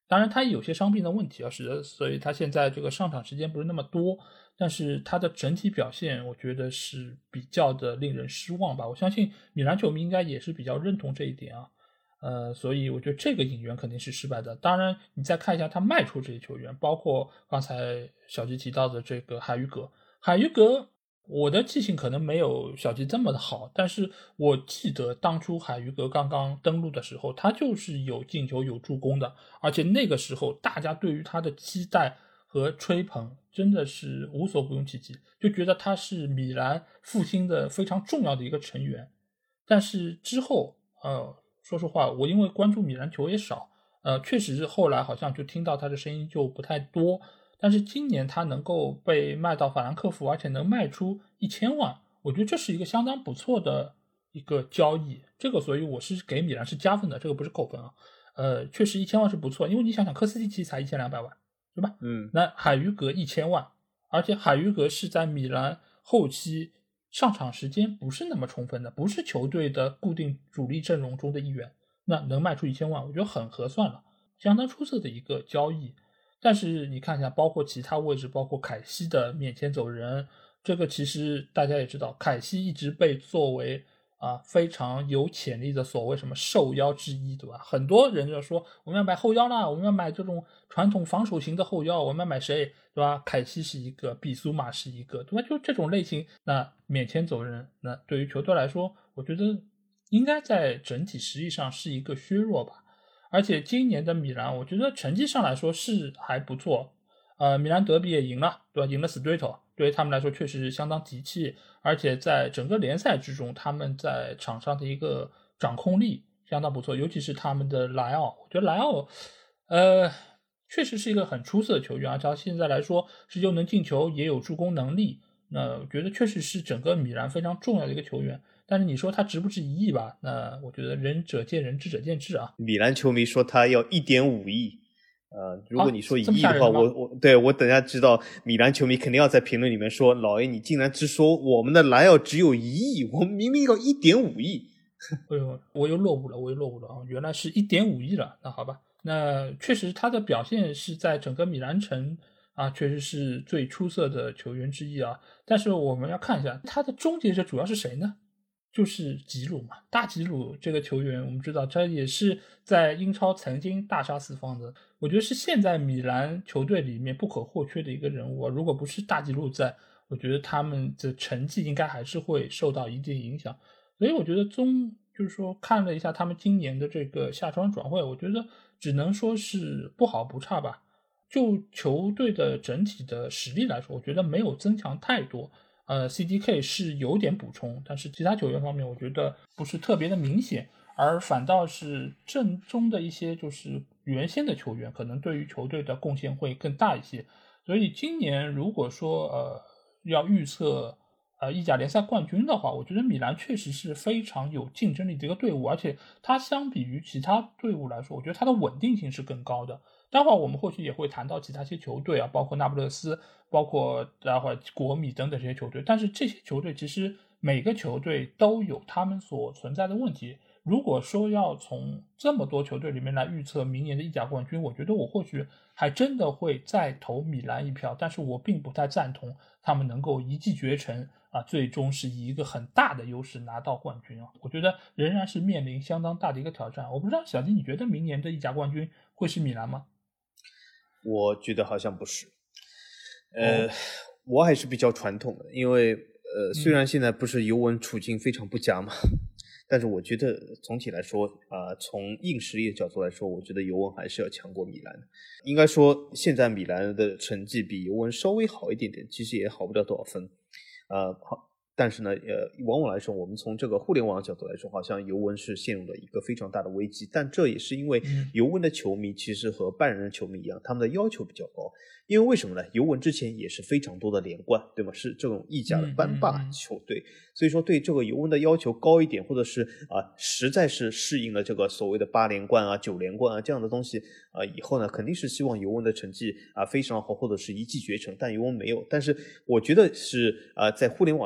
当然他也有些伤病的问题啊，使得所以他现在这个上场时间不是那么多，但是他的整体表现我觉得是比较的令人失望吧。我相信米兰球迷应该也是比较认同这一点啊。呃，所以我觉得这个引援肯定是失败的。当然你再看一下他卖出这些球员，包括刚才小吉提到的这个海鱼格，海鱼格我的记性可能没有小吉这么的好，但是我记得当初海鱼格刚刚登陆的时候，他就是有进球有助攻的，而且那个时候大家对于他的期待和吹捧真的是无所不用其极，就觉得他是米兰复兴的非常重要的一个成员。但是之后呃说实话，我因为关注米兰球也少，呃，确实是后来好像就听到他的声音就不太多。但是今年他能够被卖到法兰克福，而且能卖出一千万，我觉得这是一个相当不错的一个交易。这个所以我是给米兰是加分的，这个不是扣分啊。呃，确实一千万是不错，因为你想想科斯蒂奇才一千两百万，对吧？ 嗯， 那海鱼格一千万，而且海鱼格是在米兰后期上场时间不是那么充分的，不是球队的固定主力阵容中的一员，那能卖出一千万，我觉得很合算了，相当出色的一个交易。但是你看一下，包括其他位置，包括凯西的免签走人，这个其实大家也知道，凯西一直被作为啊非常有潜力的所谓什么兽腰之一，对吧？很多人就说我们要买后腰啦，我们要买这种传统防守型的后腰，我们要买谁，对吧？凯西是一个，比苏马是一个，对吧？就这种类型，那免签走人，那对于球队来说，我觉得应该在整体实力上是一个削弱吧。而且今年的米兰，我觉得成绩上来说是还不错，呃，米兰德比也赢了，对吧？赢了死对头，对于他们来说确实是相当提气，而且在整个联赛之中，他们在场上的一个掌控力相当不错，尤其是他们的莱奥，我觉得莱奥，呃，确实是一个很出色的球员，而且他现在来说是又能进球，也有助攻能力，那我觉得确实是整个米兰非常重要的一个球员。但是你说他值不值一亿吧？那我觉得仁者见仁，智者见智啊。 米兰球迷说他要一点五亿，呃，如果你说一亿的话，我我对我等下知道米兰球迷肯定要在评论里面说，老爷你竟然只说我们的莱奥只有一亿，我们明明要一点五亿。 哎呦，我又落伍了，我又落伍了啊！原来是一点五亿了，那好吧，那确实他的表现是在整个米兰城啊，确实是最出色的球员之一啊。但是我们要看一下他的终结者主要是谁呢？就是吉鲁嘛，大吉鲁这个球员，我们知道他也是在英超曾经大杀四方的，我觉得是现在米兰球队里面不可或缺的一个人物啊。如果不是大吉鲁在，我觉得他们的成绩应该还是会受到一定影响。所以我觉得综就是说看了一下他们今年的这个夏窗转会，我觉得只能说是不好不差吧。就球队的整体的实力来说，我觉得没有增强太多。呃 ，C D K 是有点补充，但是其他球员方面我觉得不是特别的明显，而反倒是正中的一些就是原先的球员可能对于球队的贡献会更大一些。所以今年如果说呃要预测呃意甲联赛冠军的话，我觉得米兰确实是非常有竞争力的一个队伍，而且它相比于其他队伍来说，我觉得它的稳定性是更高的。待会儿我们或许也会谈到其他些球队啊，包括那不勒斯，包括待会儿国米等等这些球队。但是这些球队其实每个球队都有他们所存在的问题。如果说要从这么多球队里面来预测明年的意甲冠军，我觉得我或许还真的会再投米兰一票，但是我并不太赞同他们能够一骑绝尘啊，最终是以一个很大的优势拿到冠军啊。我觉得仍然是面临相当大的一个挑战。我不知道小金，你觉得明年的意甲冠军会是米兰吗？ 我觉得好像不是，呃，哦、我还是比较传统的，因为呃，虽然现在不是尤文处境非常不佳嘛，嗯、但是我觉得总体来说啊、呃，从硬实力的角度来说，我觉得尤文还是要强过米兰的。应该说，现在米兰的成绩比尤文稍微好一点点，其实也好不了多少分，呃，好。但是呢，呃，往往来说，我们从这个互联网的角度来说，好像尤文是陷入了一个非常大的危机。但这也是因为尤文的球迷其实和拜仁的球迷一样，他们的要求比较高。因为为什么呢？尤文之前也是非常多的连冠，对吗？是这种意甲的班霸球队，所以说对这个尤文的要求高一点，或者是啊、呃，实在是适应了这个所谓的八连冠啊、九连冠啊这样的东西啊、呃，以后呢，肯定是希望尤文的成绩啊、呃、非常好，或者是一骑绝尘。但尤文没有。但是我觉得是啊、呃，在互联网上，其实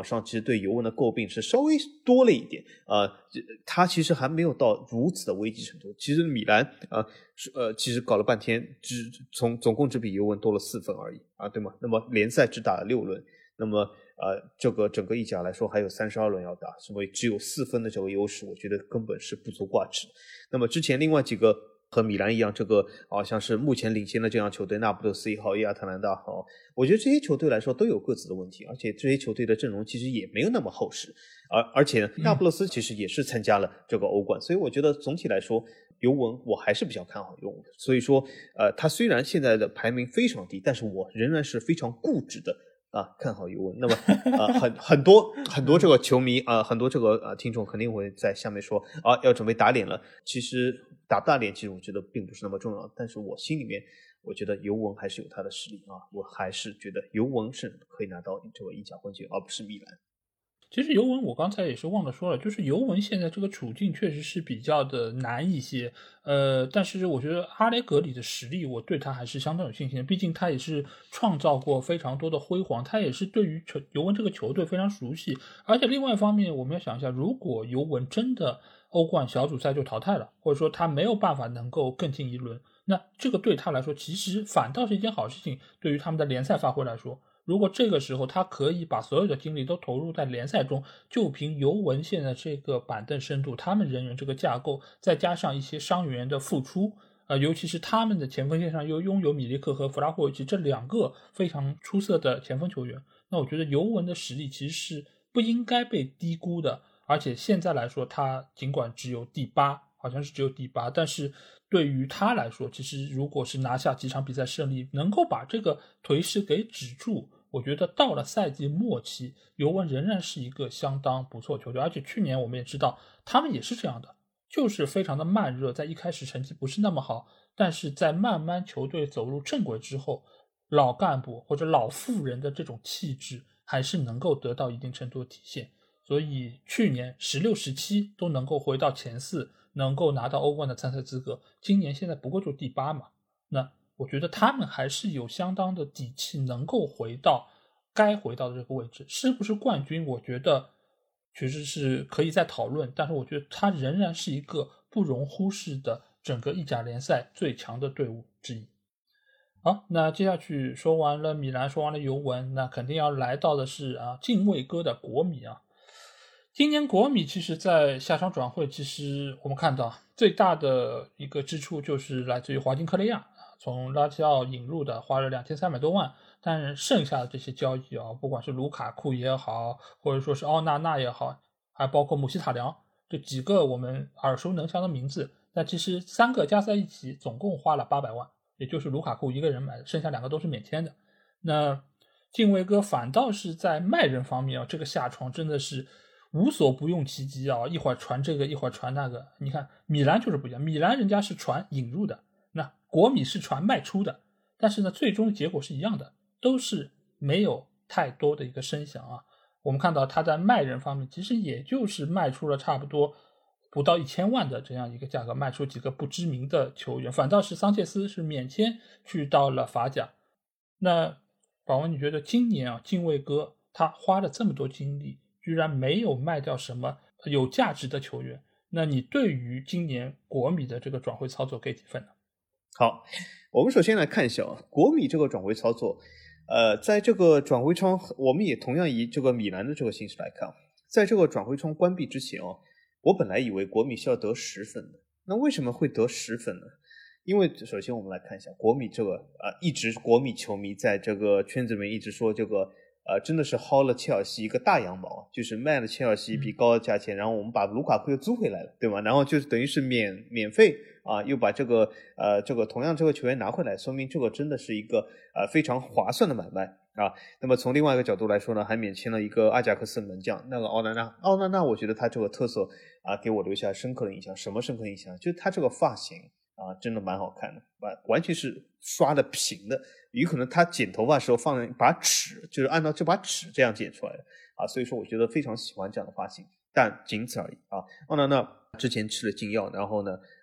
对尤文的诟病是稍微多了一点，呃，他其实还没有到如此的危机程度。其实米兰啊，呃，其实搞了半天，只从总共只比尤文多了四分而已啊，对吗？那么联赛只打了六轮，那么呃，这个整个意甲来说还有三十二轮要打，所以只有四分的这个优势，我觉得根本是不足挂齿。那么之前另外几个和米兰一样，这个好、啊、像是目前领先的这样球队，那不勒斯也好，亚特兰大好，我觉得这些球队来说都有各自的问题，而且这些球队的阵容其实也没有那么厚实，而而且那不勒斯其实也是参加了这个欧冠，所以我觉得总体来说，尤文我还是比较看好尤文的。所以说，呃，他虽然现在的排名非常低，但是我仍然是非常固执的。啊，看好尤文。那么，呃，很很多很多这个球迷啊、呃，很多这个呃听众肯定会在下面说啊，要准备打脸了。其实打不打脸，其实我觉得并不是那么重要。但是我心里面，我觉得尤文还是有他的实力啊，我还是觉得尤文是可以拿到这个意甲冠军，而不是米兰。 其实尤文我刚才也是忘了说了，就是尤文现在这个处境确实是比较的难一些，呃，但是我觉得阿雷格里的实力，我对他还是相当有信心的，毕竟他也是创造过非常多的辉煌，他也是对于球尤文这个球队非常熟悉，而且另外一方面，我们要想一下，如果尤文真的欧冠小组赛就淘汰了，或者说他没有办法能够更进一轮，那这个对他来说其实反倒是一件好事情，对于他们的联赛发挥来说。如果这个时候他可以把所有的精力都投入在联赛中，就凭尤文现在这个板凳深度，他们人员这个架构，再加上一些伤员的付出，呃，尤其是他们的前锋线上又拥有米利克和弗拉霍维奇这两个非常出色的前锋球员，那我觉得尤文的实力其实是不应该被低估的。而且现在来说，他尽管只有第八，好像是只有第八，但是对于他来说，其实如果是拿下几场比赛胜利，能够把这个颓势给止住，我觉得到了赛季末期，尤文仍然是一个相当不错球队。而且去年我们也知道，他们也是这样的，就是非常的慢热，在一开始成绩不是那么好，但是在慢慢球队走入正轨之后，老干部或者老妇人的这种气质还是能够得到一定程度的体现。所以去年十六、十七都能够回到前四，能够拿到欧冠的参赛资格。今年现在不过就第八嘛，那我觉得他们还是有相当的底气，能够回到该回到的这个位置。是不是冠军？我觉得确实是可以再讨论，但是我觉得他仍然是一个不容忽视的整个意甲联赛最强的队伍之一。好，那接下去说完了米兰，说完了尤文，那肯定要来到的是啊敬畏哥的国米啊。今年国米其实在夏窗转会，其实我们看到最大的一个支出就是来自于华金科雷亚，从拉齐奥引入的，花了两千三百多万，但是剩下的这些交易啊，不管是卢卡库也好，或者说是奥纳纳也好，还包括姆希塔良这几个我们耳熟能详的名字，但其实三个加在一起总共花了八百万，也就是卢卡库一个人买的，剩下两个都是免签的。那敬畏哥反倒是在卖人方面啊，这个下窗真的是无所不用其极啊，一会儿传这个，一会儿传那个。你看米兰就是不一样，米兰人家是传引入的，那国米是传卖出的，但是呢，最终的结果是一样的，都是没有太多的一个声响啊。我们看到他在卖人方面，其实也就是卖出了差不多不到一千万的这样一个价格，卖出几个不知名的球员，反倒是桑切斯是免签去到了法甲。那宝文，你觉得今年啊，敬畏哥他花了这么多精力，居然没有卖掉什么有价值的球员，那你对于今年国米的这个转会操作给几分呢？ 好，我们首先来看一下啊，国米这个转会操作，呃，在这个转会窗，我们也同样以这个米兰的这个形式来看，在这个转会窗关闭之前哦，我本来以为国米是要得十分的，那为什么会得十分呢？因为首先我们来看一下国米这个呃，一直国米球迷在这个圈子里面一直说这个呃，真的是薅了切尔西一个大羊毛，就是卖了切尔西一笔高的价钱，然后我们把卢卡库又租回来了，对吗？然后就是等于是免免费啊，又把这个呃这个同样这个球员拿回来，说明这个真的是一个呃非常划算的买卖啊。那么从另外一个角度来说呢，还免签了一个阿贾克斯门将那个奥纳纳，奥纳纳我觉得他这个特色啊给我留下深刻的印象。什么深刻印象？就是他这个发型啊，真的蛮好看的，完完全是刷的平的，有可能他剪头发的时候放了一把尺，就是按照这把尺这样剪出来的啊，所以说我觉得非常喜欢这样的发型，但仅此而已啊。奥纳纳之前吃了禁药，然后呢，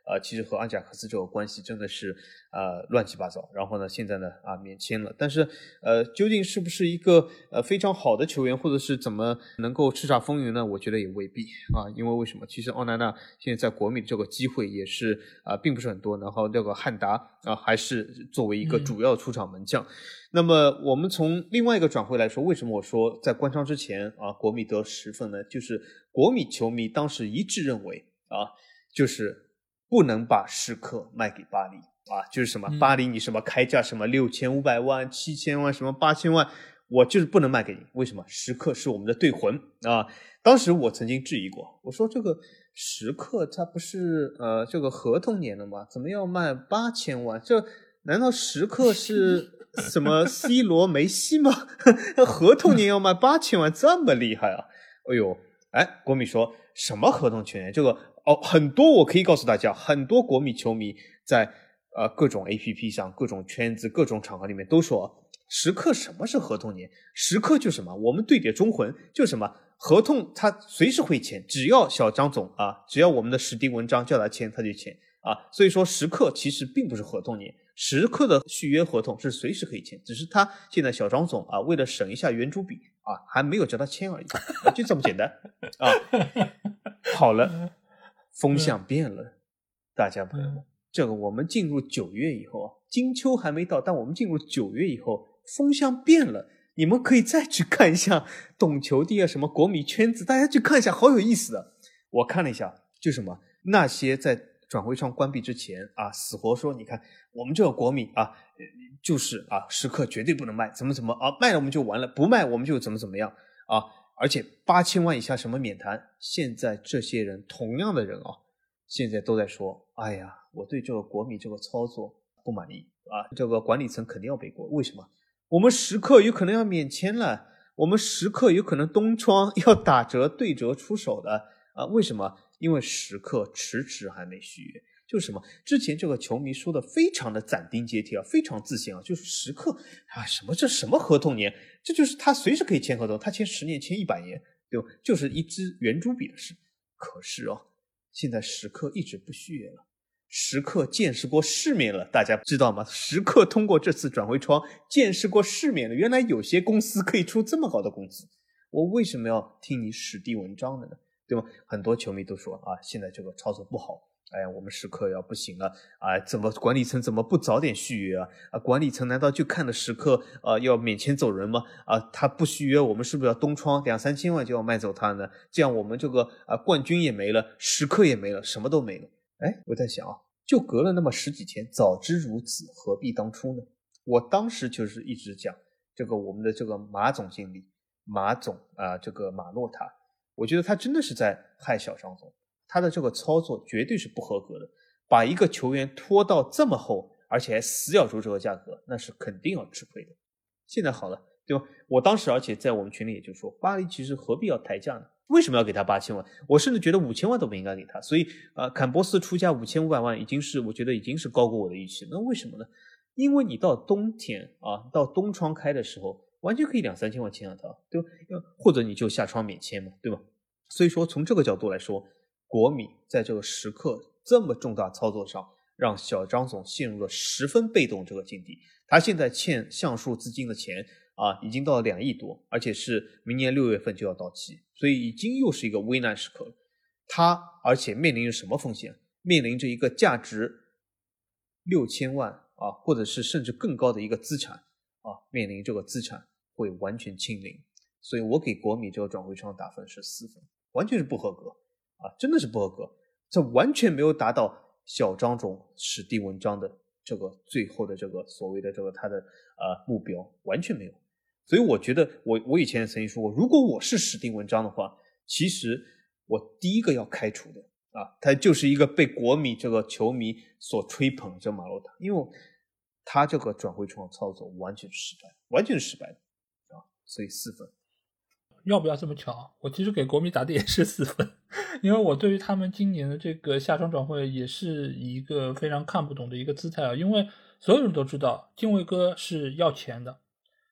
呃，其实和阿贾克斯这个关系真的是呃乱七八糟。然后呢，现在呢啊免签了，但是呃，究竟是不是一个呃非常好的球员，或者是怎么能够叱咤风云呢？我觉得也未必啊，因为为什么？其实奥纳纳现在在国米这个机会也是啊、呃、并不是很多，然后这个汉达啊、呃、还是作为一个主要出场门将。嗯、那么我们从另外一个转会来说，为什么我说在关窗之前啊国米得十分呢？就是国米球迷当时一致认为啊，就是不能把时刻卖给巴黎啊，就是什么、嗯、巴黎你什么开价什么六千五百万、七千万、什么八千万，我就是不能卖给你。为什么？时刻是我们的队魂啊！当时我曾经质疑过，我说这个时刻他不是呃这个合同年了吗？怎么要卖八千万？这难道时刻是什么 C 罗、梅西吗？合同年要卖八千万，这么厉害啊！哎呦，哎，国米说什么合同球员？这个哦，很多我可以告诉大家，很多国米球迷在呃各种 A P P 上、各种圈子、各种场合里面都说，时刻什么是合同年？时刻就什么？我们队里的忠魂就什么？合同他随时会签，只要小张总啊，只要我们的史蒂文章叫他签，他就签啊。所以说时刻其实并不是合同年，时刻的续约合同是随时可以签，只是他现在小张总啊，为了省一下圆珠笔啊，还没有叫他签而已，啊、就这么简单啊。好了，风向变了，大家朋友们，这个我们进入九月以后啊，金秋还没到，但我们进入九月以后，风向变了。你们可以再去看一下懂球帝啊，什么国米圈子，大家去看一下，好有意思的。我看了一下，就什么那些在转会窗关闭之前啊，死活说你看我们这个国米啊，就是啊时刻绝对不能卖，怎么怎么啊，卖了我们就完了，不卖我们就怎么怎么样啊，而且八千万以下什么免谈。现在这些人，同样的人啊，现在都在说，哎呀，我对这个国米这个操作不满意啊，这个管理层肯定要背锅。为什么？我们时刻有可能要免签了，我们时刻有可能冬窗要打折对折出手的啊！为什么？因为时刻迟迟还没续约，就是什么？之前这个球迷说的非常的斩钉截铁啊，非常自信啊，就是时刻啊，什么这什么合同年？这就是他随时可以签合同，他签十年、签一百年，对吧？就是一支圆珠笔的事。可是哦，现在时刻一直不续约了。时刻见识过世面了，大家知道吗？时刻通过这次转会窗见识过世面了，原来有些公司可以出这么高的工资，我为什么要听你史蒂文章的呢？对吗？很多球迷都说啊，现在这个操作不好，哎呀，我们时刻要不行了啊！怎么管理层怎么不早点续约啊？啊，管理层难道就看了时刻啊要免签走人吗？啊，他不续约，我们是不是要东窗两三千万就要卖走他呢？这样我们这个啊冠军也没了，时刻也没了，什么都没了。哎，我在想啊，就隔了那么十几天，早知如此，何必当初呢？我当时就是一直讲这个我们的这个马总经理马总啊、呃，这个马洛塔，我觉得他真的是在害小张总，他的这个操作绝对是不合格的，把一个球员拖到这么后，而且还死咬住这个价格，那是肯定要吃亏的。现在好了，对吧？我当时而且在我们群里也就说，巴黎其实何必要抬价呢？为什么要给他八千万？我甚至觉得五千万都不应该给他。所以呃，坎波斯出价五千五百万已经是我觉得已经是高过我的预期。那为什么呢？因为你到冬天啊，到冬窗开的时候，完全可以两三千万签下他，对吧？或者你就下窗免签嘛，对吧？所以说从这个角度来说，国米在这个时刻这么重大操作上，让小张总陷入了十分被动这个境地。他现在欠橡树资金的钱啊，已经到了两亿多，而且是明年六月份就要到期，所以已经又是一个危难时刻了。他而且面临着什么风险？面临着一个价值六千万啊，或者是甚至更高的一个资产啊，面临这个资产会完全清零。所以我给国米这个转会窗打分是四分，完全是不合格啊，真的是不合格，这完全没有达到小张总史蒂文章的这个最后的这个所谓的这个他的呃目标，完全没有。所以我觉得我我以前曾经说过，如果我是史蒂文章的话，其实我第一个要开除的啊，他就是一个被国米这个球迷所吹捧这马洛塔，因为他这个转会窗操作完全失败，完全是失败的啊，所以四分。 要不要这么巧？我其实给国米打的也是四分，因为我对于他们今年的这个夏窗转会也是一个非常看不懂的一个姿态啊。因为所有人都知道，金卫哥是要钱的，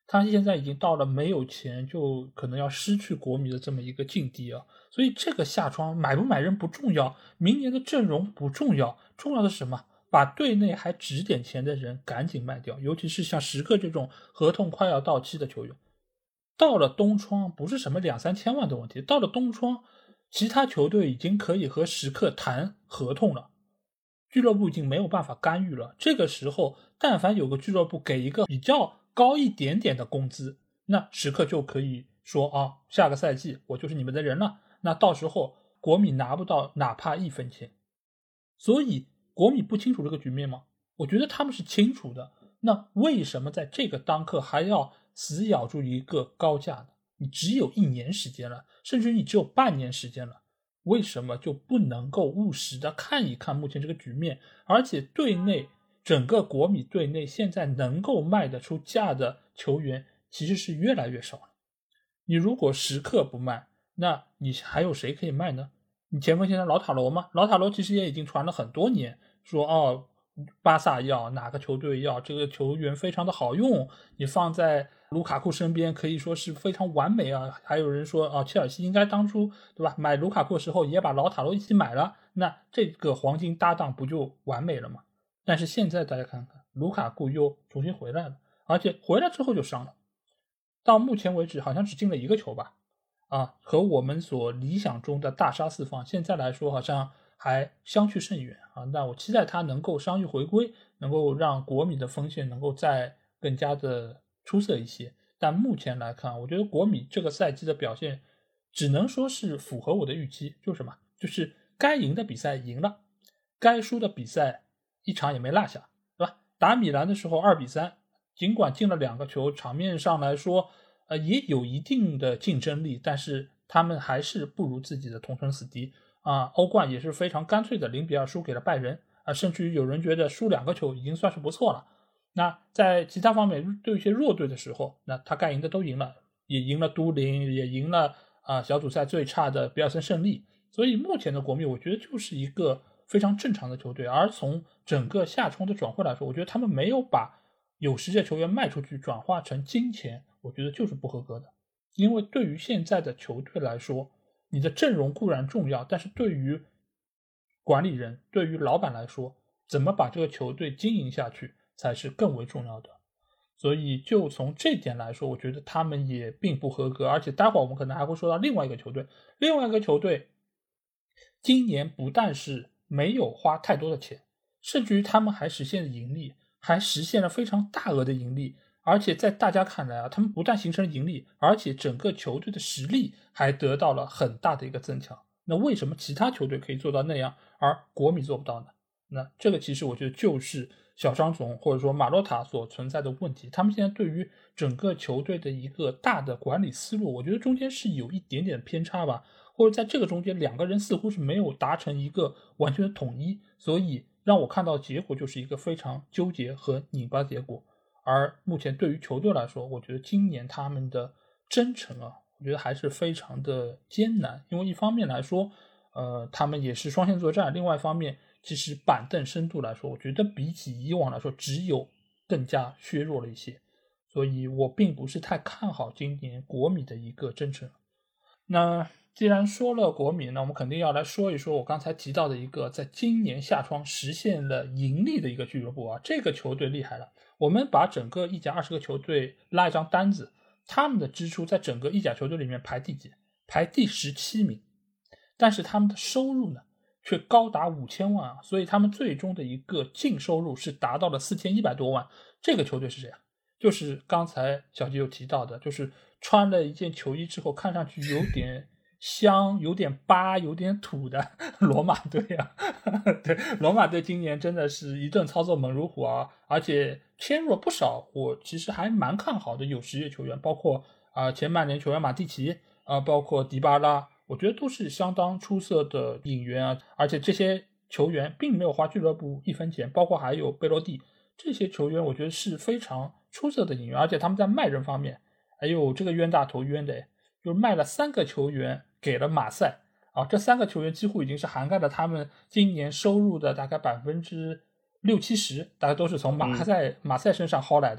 他现在已经到了没有钱就可能要失去国米的这么一个境地啊。所以这个夏窗买不买人不重要，明年的阵容不重要，重要的是什么？把队内还值点钱的人赶紧卖掉，尤其是像时刻这种合同快要到期的球员。到了冬窗不是什么两三千万的问题，到了冬窗其他球队已经可以和时刻谈合同了，俱乐部已经没有办法干预了。这个时候但凡有个俱乐部给一个比较高一点点的工资，那时刻就可以说啊，下个赛季我就是你们的人了，那到时候国米拿不到哪怕一分钱。所以国米不清楚这个局面吗？我觉得他们是清楚的，那为什么在这个当刻还要死咬住一个高价呢？你只有一年时间了，甚至你只有半年时间了，为什么就不能够务实的看一看目前这个局面？而且队内整个国米队内现在能够卖得出价的球员其实是越来越少了。你如果时刻不卖，那你还有谁可以卖呢？你前锋现在老塔罗吗？老塔罗其实也已经传了很多年，说哦，巴萨要，哪个球队要，这个球员非常的好用，你放在卢卡库身边可以说是非常完美啊。还有人说啊，切尔西应该当初对吧，买卢卡库的时候也把老塔罗一起买了，那这个黄金搭档不就完美了吗？但是现在大家看看，卢卡库又重新回来了，而且回来之后就伤了，到目前为止好像只进了一个球吧。啊，和我们所理想中的大杀四方，现在来说好像还相去甚远啊。那我期待他能够伤愈回归，能够让国米的锋线能够再更加的出色一些。但目前来看，我觉得国米这个赛季的表现只能说是符合我的预期，就是什么？就是该赢的比赛赢了，该输的比赛一场也没落下，对吧？打米兰的时候二比三，尽管进了两个球，场面上来说呃，也有一定的竞争力，但是他们还是不如自己的同城死敌啊。欧冠也是非常干脆的零比二输给了拜仁啊，甚至于有人觉得输两个球已经算是不错了。那在其他方面对一些弱队的时候，那他该赢的都赢了，也赢了都灵，也赢了啊小组赛最差的比尔森胜利。所以目前的国米，我觉得就是一个非常正常的球队。而从整个夏窗的转会来说，我觉得他们没有把有实力的球员卖出去转化成金钱，我觉得就是不合格的。因为对于现在的球队来说，你的阵容固然重要，但是对于管理人，对于老板来说，怎么把这个球队经营下去才是更为重要的。所以就从这点来说，我觉得他们也并不合格。而且待会儿我们可能还会说到另外一个球队，另外一个球队今年不但是没有花太多的钱，甚至于他们还实现了盈利，还实现了非常大额的盈利。而且在大家看来啊，他们不但形成了盈利，而且整个球队的实力还得到了很大的一个增强。那为什么其他球队可以做到那样，而国米做不到呢？那这个其实我觉得就是小张总或者说马洛塔所存在的问题。他们现在对于整个球队的一个大的管理思路，我觉得中间是有一点点偏差吧，或者在这个中间两个人似乎是没有达成一个完全的统一，所以让我看到结果就是一个非常纠结和拧巴的结果。而目前对于球队来说，我觉得今年他们的征程啊，我觉得还是非常的艰难。因为一方面来说，呃，他们也是双线作战，另外一方面，其实板凳深度来说，我觉得比起以往来说，只有更加削弱了一些。所以我并不是太看好今年国米的一个征程。那既然说了国米，那我们肯定要来说一说我刚才提到的一个在今年夏窗实现了盈利的一个俱乐部啊，这个球队厉害了。我们把整个意甲二十个球队拉一张单子，他们的支出在整个意甲球队里面排第几？排第十七名。但是他们的收入呢，却高达五千万啊！所以他们最终的一个净收入是达到了四千一百多万。这个球队是谁啊？就是刚才小吉有提到的，就是穿了一件球衣之后看上去有点香、有点巴、有点土的罗马队啊。对，罗马队今年真的是一顿操作猛如虎啊，而且签入了不少我其实还蛮看好的有实力球员，包括啊、呃、前曼联球员马蒂奇啊、呃，包括迪巴拉，我觉得都是相当出色的引援啊。而且这些球员并没有花俱乐部一分钱，包括还有贝洛蒂，这些球员我觉得是非常出色的引援。而且他们在卖人方面，哎呦这个冤大头冤的，就是卖了三个球员给了马赛啊，这三个球员几乎已经是涵盖了他们今年收入的大概百分之六七十，大概都是从马赛、嗯、马赛身上薅来的。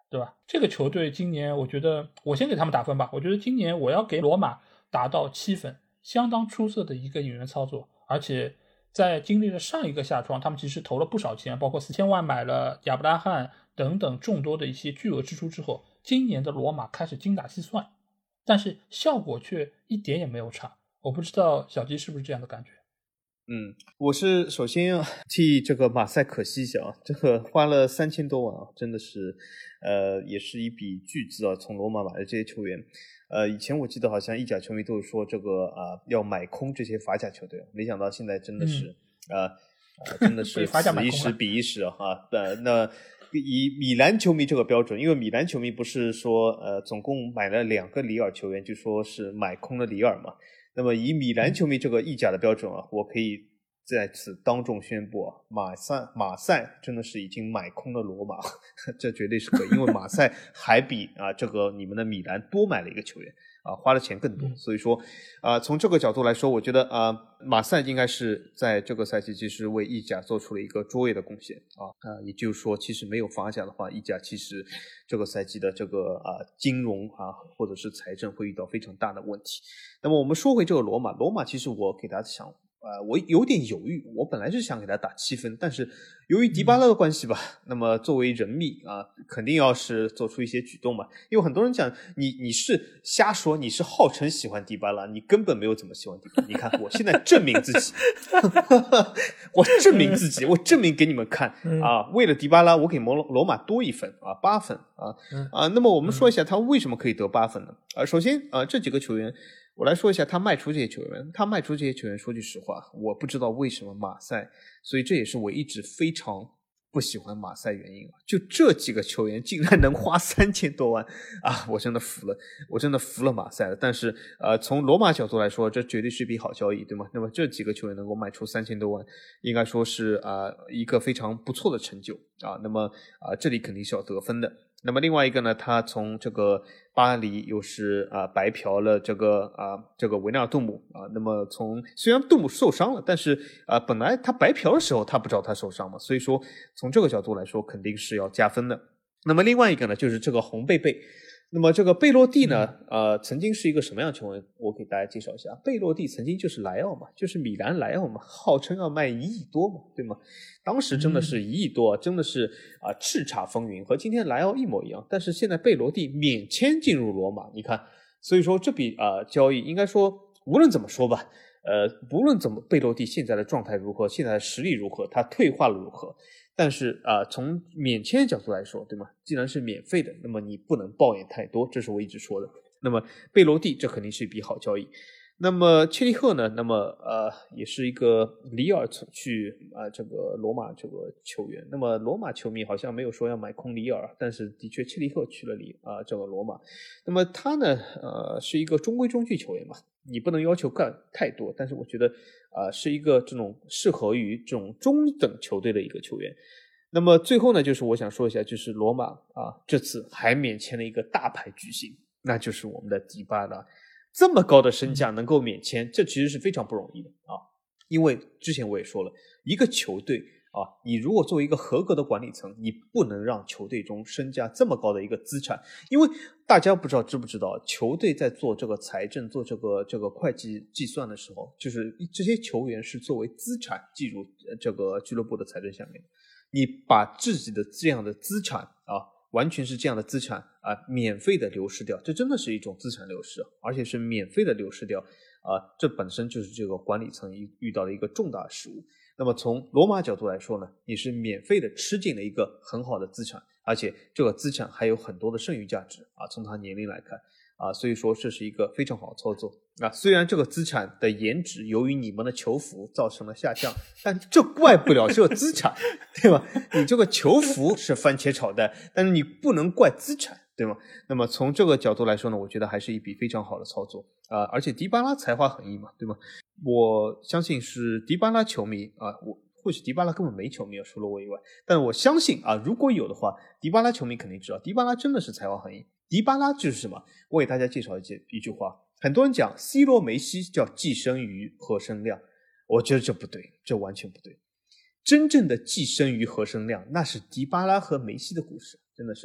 对吧？这个球队今年我觉得，我先给他们打分吧。我觉得今年我要给罗马打到七分，相当出色的一个引援操作。而且在经历了上一个夏窗，他们其实投了不少钱，包括四千万买了亚布拉罕等等众多的一些巨额支出之后，今年的罗马开始精打细算，但是效果却一点也没有差。我不知道小鸡是不是这样的感觉？ 嗯，我是首先替这个马赛可惜一下啊，这个花了三千多万啊，真的是，呃，也是一笔巨资啊，从罗马买的这些球员。呃，以前我记得好像意甲球迷都是说这个啊、呃、要买空这些法甲球队，没想到现在真的是，嗯、呃，呃，真的是此一时彼一时啊。呃，那以米兰球迷这个标准，因为米兰球迷不是说呃总共买了两个里尔球员，就说是买空了里尔嘛。那么以米兰球迷这个意甲的标准啊，我可以在此当众宣布啊，马赛马赛真的是已经买空了罗马，这绝对是可以，因为马赛还比啊这个你们的米兰多买了一个球员啊，花的钱更多，所以说啊从这个角度来说，我觉得啊马赛应该是在这个赛季其实为意甲做出了一个卓越的贡献啊啊，也就是说，其实没有法甲的话，意甲其实这个赛季的这个啊金融啊或者是财政会遇到非常大的问题。那么我们说回这个罗马，罗马其实我给他想，呃，我有点犹豫，我本来是想给他打七分，但是由于迪巴拉的关系吧，嗯、那么作为人密啊，肯定要是做出一些举动嘛。因为很多人讲你你是瞎说，你是号称喜欢迪巴拉，你根本没有怎么喜欢迪巴拉。你看我现在证明自己，我证明自己，我证明给你们看啊！为了迪巴拉，我给罗罗马多一分啊，八分啊啊。那么我们说一下他为什么可以得八分呢？啊，首先啊，这几个球员。我来说一下他卖出这些球员，他卖出这些球员，说句实话，我不知道为什么马赛，所以这也是我一直非常不喜欢马赛原因啊！就这几个球员竟然能花三千多万啊！我真的服了，我真的服了马赛了。但是呃，从罗马角度来说，这绝对是一笔好交易，对吗？那么这几个球员能够卖出三千多万，应该说是啊、呃、一个非常不错的成就啊。那么啊、呃，这里肯定是要得分的。那么另外一个呢，他从这个巴黎又是啊、呃、白嫖了这个啊、呃、这个维纳尔杜姆啊。那么从虽然杜姆受伤了，但是啊、呃、本来他白嫖的时候他不知道他受伤嘛，所以说从这个角度来说肯定是要加分的。那么另外一个呢，就是这个红贝贝。那么这个贝洛蒂呢，呃，曾经是一个什么样的球员？我给大家介绍一下。贝洛蒂曾经就是莱奥嘛，就是米兰莱奥嘛，号称要卖一亿多嘛，对吗？当时真的是一亿多，真的是啊、呃、叱咤风云，和今天莱奥一模一样。但是现在贝洛蒂免签进入罗马，你看，所以说这笔啊、呃、交易应该说无论怎么说吧，呃，不论怎么贝洛蒂现在的状态如何，现在的实力如何，他退化了如何。但是啊、呃，从免签角度来说，对吗？既然是免费的，那么你不能抱怨太多，这是我一直说的。那么贝罗蒂这肯定是一笔好交易。那么切利赫呢？那么呃，也是一个里尔去啊、呃、这个罗马这个球员。那么罗马球迷好像没有说要买空里尔，但是的确切利赫去了里啊、呃、这个罗马。那么他呢呃是一个中规中矩球员嘛，你不能要求干太多，但是我觉得啊、呃、是一个这种适合于这种中等球队的一个球员。那么最后呢，就是我想说一下，就是罗马啊这次还免签了一个大牌巨星，那就是我们的迪巴拉。这么高的身价能够免签，这其实是非常不容易的啊！因为之前我也说了，一个球队啊，你如果作为一个合格的管理层，你不能让球队中身价这么高的一个资产，因为大家不知道知不知道，球队在做这个财政、做这个这个会计计算的时候，就是这些球员是作为资产计入这个俱乐部的财政下面，你把自己的这样的资产啊。完全是这样的资产啊、呃，免费的流失掉，这真的是一种资产流失，而且是免费的流失掉啊、呃，这本身就是这个管理层遇到了一个重大的失误。那么从罗马角度来说呢，你是免费的吃进了一个很好的资产，而且这个资产还有很多的剩余价值啊，从他年龄来看啊，所以说这是一个非常好的操作啊。虽然这个资产的颜值由于你们的球服造成了下降，但这怪不了这个资产，对吧？你这个球服是番茄炒蛋，但是你不能怪资产，对吗？那么从这个角度来说呢，我觉得还是一笔非常好的操作啊。而且迪巴拉才华横溢嘛，对吗？我相信是迪巴拉球迷啊，我或许迪巴拉根本没球迷，除了我以外，但我相信啊，如果有的话，迪巴拉球迷肯定知道，迪巴拉真的是才华横溢。迪巴拉就是什么？我给大家介绍一句一句话，很多人讲 C 罗梅西叫寄生于何生亮，我觉得这不对，这完全不对。真正的寄生于何生亮，那是迪巴拉和梅西的故事，真的是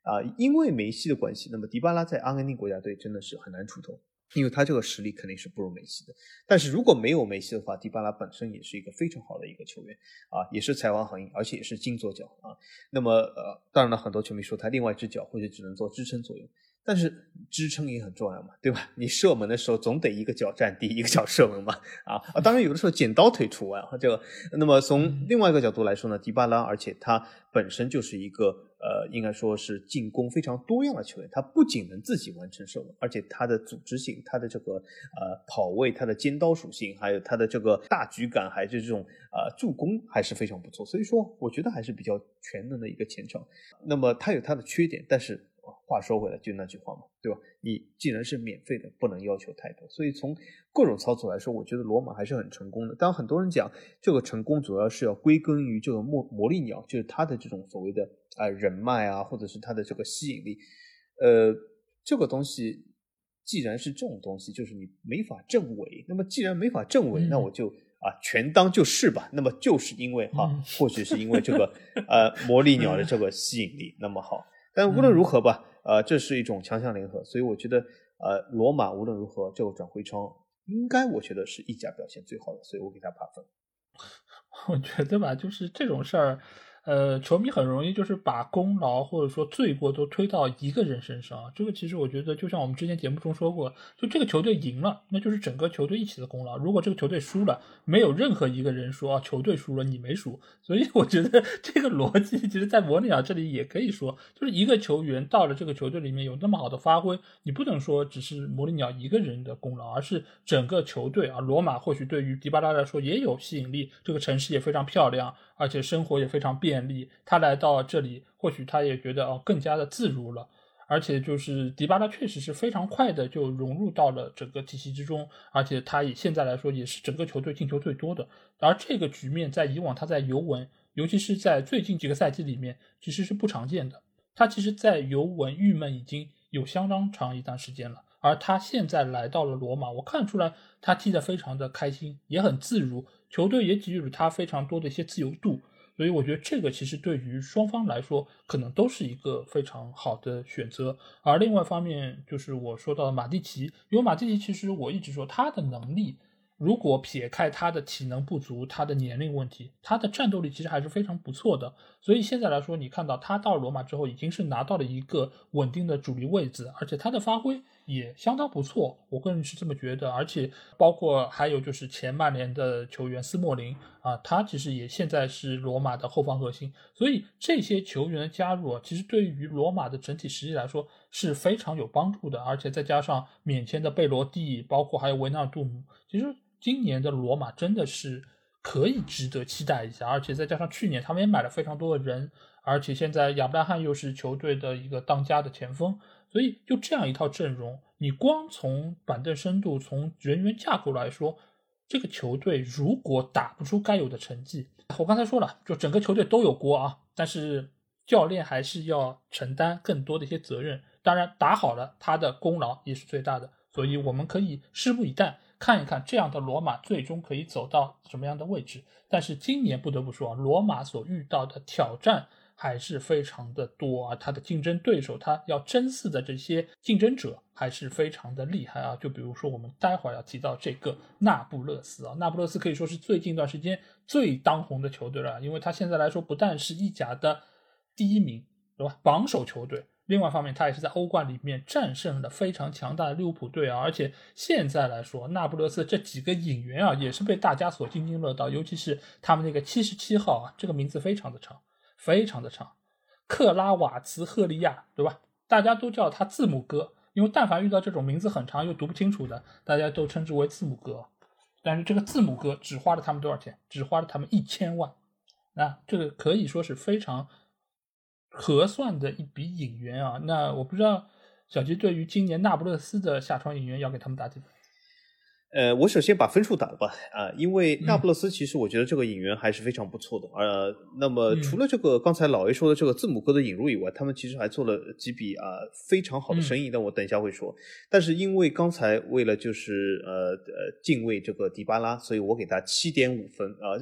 啊、呃，因为梅西的关系，那么迪巴拉在阿根廷国家队真的是很难出头。因为他这个实力肯定是不如梅西的，但是如果没有梅西的话，迪巴拉本身也是一个非常好的一个球员啊，也是才华横溢，而且也是金左脚啊。那么呃，当然了，很多球迷说他另外一只脚或者只能做支撑作用，但是支撑也很重要嘛，对吧？你射门的时候总得一个脚站地，一个脚射门嘛啊啊！当然有的时候剪刀腿除外啊，这个。那么从另外一个角度来说呢，迪巴拉而且他本身就是一个呃，应该说是进攻非常多样的球员，他不仅能自己完成射门，而且他的组织性、他的这个呃跑位、他的尖刀属性，还有他的这个大局感，还是这种呃助攻还是非常不错。所以说，我觉得还是比较全能的一个前场。那么他有他的缺点，但是话说回来，就那句话嘛，对吧？你既然是免费的，不能要求太多。所以从各种操作来说，我觉得罗马还是很成功的。当然，很多人讲这个成功主要是要归根于这个魔魔力鸟，就是他的这种所谓的啊、呃、人脉啊，或者是他的这个吸引力。呃，这个东西既然是这种东西，就是你没法证伪。那么既然没法证伪，嗯、那我就啊全当就是吧。那么就是因为哈，或许是因为这个呃魔力鸟的这个吸引力。那么好。但无论如何吧，呃，这是一种强强联合，所以我觉得，呃，罗马无论如何这个转会窗应该我觉得是意甲表现最好的，所以我给他八分。 我觉得吧，就是这种事儿，呃，球迷很容易就是把功劳或者说罪过都推到一个人身上。这个其实我觉得，就像我们之前节目中说过，就这个球队赢了，那就是整个球队一起的功劳。如果这个球队输了，没有任何一个人说啊，球队输了你没输。所以我觉得这个逻辑，其实在模拟鸟这里也可以说，就是一个球员到了这个球队里面有那么好的发挥，你不能说只是模拟鸟一个人的功劳，而是整个球队啊。罗马或许对于迪巴拉来说也有吸引力，这个城市也非常漂亮，而且生活也非常便利。他来到这里，或许他也觉得哦更加的自如了。而且就是迪巴拉确实是非常快的就融入到了整个体系之中，而且他以现在来说也是整个球队进球最多的。而这个局面在以往他在尤文，尤其是在最近几个赛季里面其实是不常见的。他其实在尤文郁闷已经有相当长一段时间了，而他现在来到了罗马，我看出来他踢得非常的开心，也很自如，球队也给予了他非常多的一些自由度。所以我觉得这个其实对于双方来说可能都是一个非常好的选择。而另外一方面就是我说到的马蒂奇，因为马蒂奇其实我一直说他的能力，如果撇开他的体能不足，他的年龄问题，他的战斗力其实还是非常不错的。所以现在来说，你看到他到罗马之后已经是拿到了一个稳定的主力位置，而且他的发挥也相当不错，我个人是这么觉得。而且包括还有就是前曼联的球员斯莫林啊，他其实也现在是罗马的后防核心。所以这些球员的加入啊，其实对于罗马的整体实力来说是非常有帮助的。而且再加上免签的贝罗蒂，包括还有维纳尔杜姆，其实今年的罗马真的是可以值得期待一下。而且再加上去年他们也买了非常多的人，而且现在亚布拉罕又是球队的一个当家的前锋，所以就这样一套阵容，你光从板凳深度，从人员架构来说，这个球队如果打不出该有的成绩，我刚才说了，就整个球队都有锅啊，但是教练还是要承担更多的一些责任。当然打好了，他的功劳也是最大的，所以我们可以拭目以待，看一看这样的罗马最终可以走到什么样的位置。但是今年不得不说啊，罗马所遇到的挑战还是非常的多啊，他的竞争对手，他要争四的这些竞争者还是非常的厉害啊。就比如说我们待会儿要提到这个那不勒斯啊，那不勒斯可以说是最近一段时间最当红的球队了，因为他现在来说不但是意甲的第一名，对吧？榜首球队。另外一方面，他也是在欧冠里面战胜了非常强大的利物浦队啊，而且现在来说，那不勒斯这几个引援啊，也是被大家所津津乐道，尤其是他们那个七十七号啊，这个名字非常的长，非常的长，克拉瓦茨赫利亚，对吧？大家都叫他字母哥，因为但凡遇到这种名字很长又读不清楚的，大家都称之为字母哥。但是这个字母哥只花了他们多少钱？只花了他们一千万，那这个可以说是非常合算的一笔引援啊。那我不知道小吉对于今年那不勒斯的下窗引援要给他们打几分？ 呃，我首先把分数打了吧，啊、呃，因为那不勒斯其实我觉得这个引援还是非常不错的，呃，那么除了这个刚才老 A 说的这个字母哥的引入以外，他们其实还做了几笔啊、呃、非常好的生意，那、嗯、我等一下会说。但是因为刚才为了就是呃呃敬畏这个迪巴拉，所以我给他 七点五 分啊、呃，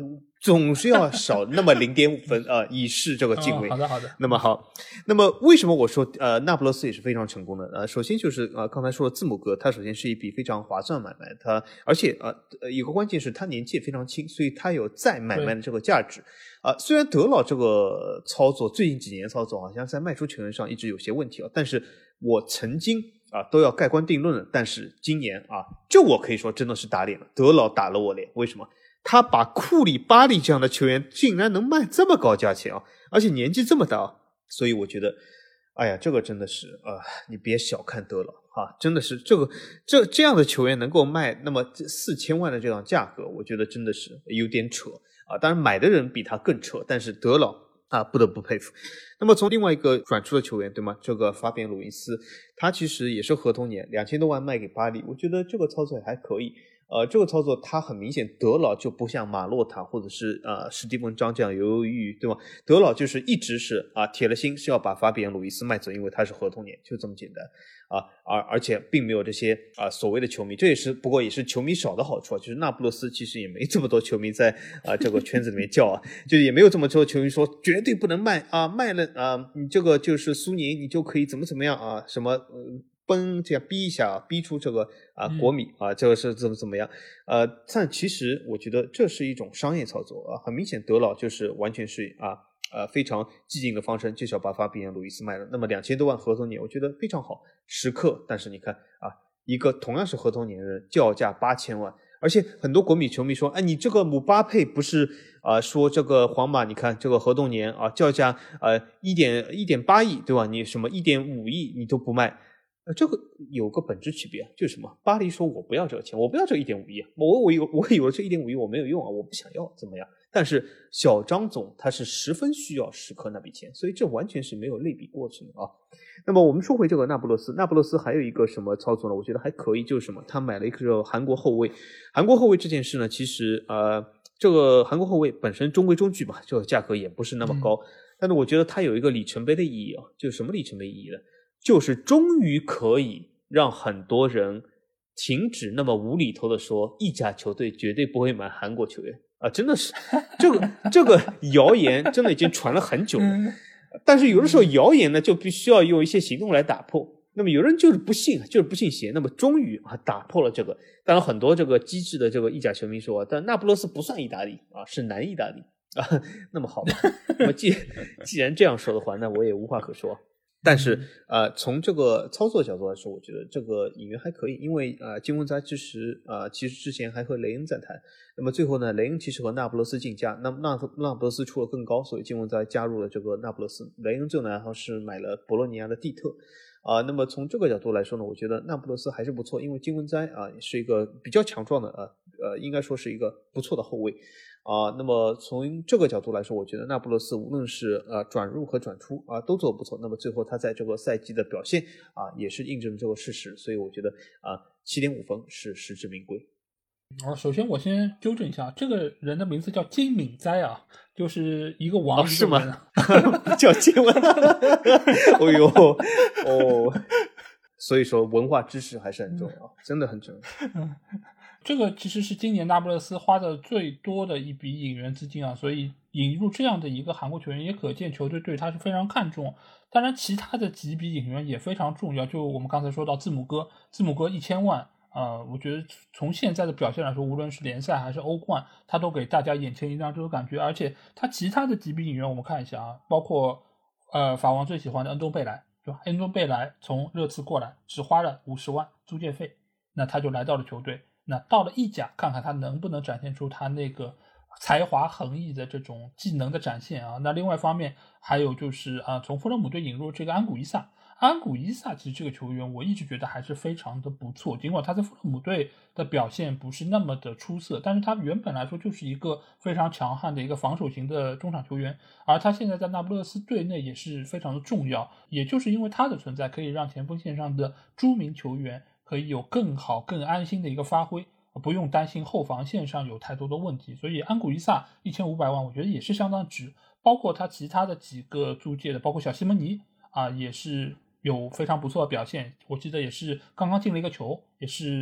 总是要少那么零点五分啊、呃，以示这个敬畏、 哦。好的好的。 那么好，那么为什么我说呃那不勒斯也是非常成功的？呃，首先就是呃刚才说的字母哥，他首先是一笔非常划算买卖，他而且呃有个关键是他年纪也非常轻，所以他有再买卖的这个价值啊、呃。虽然德老这个操作最近几年操作好像在卖出球员上一直有些问题啊，但是我曾经啊都要盖棺定论了，但是今年啊，这我可以说真的是打脸了，德老打了我脸。为什么？他把库里、巴利这样的球员竟然能卖这么高价钱啊，而且年纪这么大，所以我觉得，哎呀，这个真的是啊、呃，你别小看德老啊，真的是这个这这样的球员能够卖那么四千万的这样价格，我觉得真的是有点扯啊。当然买的人比他更扯，但是德老啊不得不佩服。那么从另外一个转出的球员，对吗？这个法比安·鲁伊斯，他其实也是合同年，两千多万卖给巴黎，我觉得这个操作也还可以。呃，这个操作他很明显，德老就不像马洛塔或者是呃史蒂文章这样犹犹豫豫，对吗？德老就是一直是啊铁了心是要把法比安·鲁伊斯卖走，因为他是合同年，就这么简单啊。而而且并没有这些啊所谓的球迷，这也是不过也是球迷少的好处啊。就是那不勒斯其实也没这么多球迷在啊这个圈子里面叫啊，就是也没有这么多球迷说绝对不能卖啊，卖了啊你这个就是苏宁你就可以怎么怎么样啊什么。嗯崩这样逼一下，逼出这个啊国米啊，这个是怎么怎么样？呃，但其实我觉得这是一种商业操作啊，很明显德老就是完全是啊呃非常激进的方针，就是要把法比安·鲁伊斯卖了。那么两千多万合同年，我觉得非常好，时刻。但是你看啊，一个同样是合同年的人，叫价八千万。而且很多国米球迷说，哎，你这个姆巴佩不是啊、呃、说这个皇马，你看这个合同年啊叫价呃一点一点八亿，对吧？你什么一点五亿你都不卖。呃，这个有个本质区别，就是什么？巴黎说我不要这个钱，我不要这一点五亿，我我有我有了这一点五亿，我没有用啊，我不想要，怎么样？但是小张总他是十分需要时刻那笔钱，所以这完全是没有类比过程啊。那么我们说回这个那不勒斯，那不勒斯还有一个什么操作呢？我觉得还可以，就是什么？他买了一个韩国后卫，韩国后卫这件事呢，其实呃，这个韩国后卫本身中规中矩嘛，这个价格也不是那么高，嗯、但是我觉得它有一个里程碑的意义啊，就是什么里程碑意义呢？就是终于可以让很多人停止那么无厘头的说意甲球队绝对不会买韩国球员啊！真的是这个这个谣言真的已经传了很久了，但是有的时候谣言呢就必须要用一些行动来打破。那么有人就是不信，就是不信邪，那么终于啊打破了这个。当然很多这个机智的这个意甲球迷说，但那不勒斯不算意大利啊，是南意大利啊。那么好吧，那么既既然这样说的话，那我也无话可说。但是呃，从这个操作角度来说，我觉得这个引援还可以，因为呃，金文哉其实呃，其实之前还和雷恩在谈，那么最后呢，雷恩其实和那不勒斯竞价，那那那不勒斯出了更高，所以金文哉加入了这个那不勒斯，雷恩最后呢还是买了博洛尼亚的蒂特。啊、呃，那么从这个角度来说呢，我觉得那不勒斯还是不错，因为金文哉啊、呃、是一个比较强壮的呃呃，应该说是一个不错的后卫。啊、呃，那么从这个角度来说，我觉得那不勒斯无论是呃转入和转出啊、呃、都做得不错。那么最后他在这个赛季的表现啊、呃、也是印证这个事实，所以我觉得啊七点五分是实至名归。 哦，首先我先纠正一下，这个人的名字叫金敏哉啊，就是一个王、 哦、是吗？不叫金文？哦呦哦，所以说文化知识还是很重要，真的很重要。 这个其实是今年那不勒斯花的最多的一笔引援资金啊，所以引入这样的一个韩国球员，也可见球队对他是非常看重。当然，其他的几笔引援也非常重要，就我们刚才说到字母哥，字母哥一千万，呃，我觉得从现在的表现来说，无论是联赛还是欧冠，他都给大家眼前一亮这种感觉。而且他其他的几笔引援，我们看一下啊，包括呃法王最喜欢的恩东贝莱，对吧？恩东贝莱从热刺过来，只花了五十万租借费，那他就来到了球队。那到了意甲，看看他能不能展现出他那个才华横溢的这种技能的展现啊。那另外一方面还有就是啊，从富勒姆队引入这个安古伊萨，安古伊萨其实这个球员我一直觉得还是非常的不错，尽管他在富勒姆队的表现不是那么的出色，但是他原本来说就是一个非常强悍的一个防守型的中场球员，而他现在在那不勒斯队内也是非常的重要，也就是因为他的存在，可以让前锋线上的诸名球员可以有更好更安心的一个发挥，不用担心后防线上有太多的问题，所以安古伊萨一千五百万我觉得也是相当值，包括他其他的几个租借的，包括小西蒙尼啊，也是有非常不错的表现，我记得也是刚刚进了一个球，也是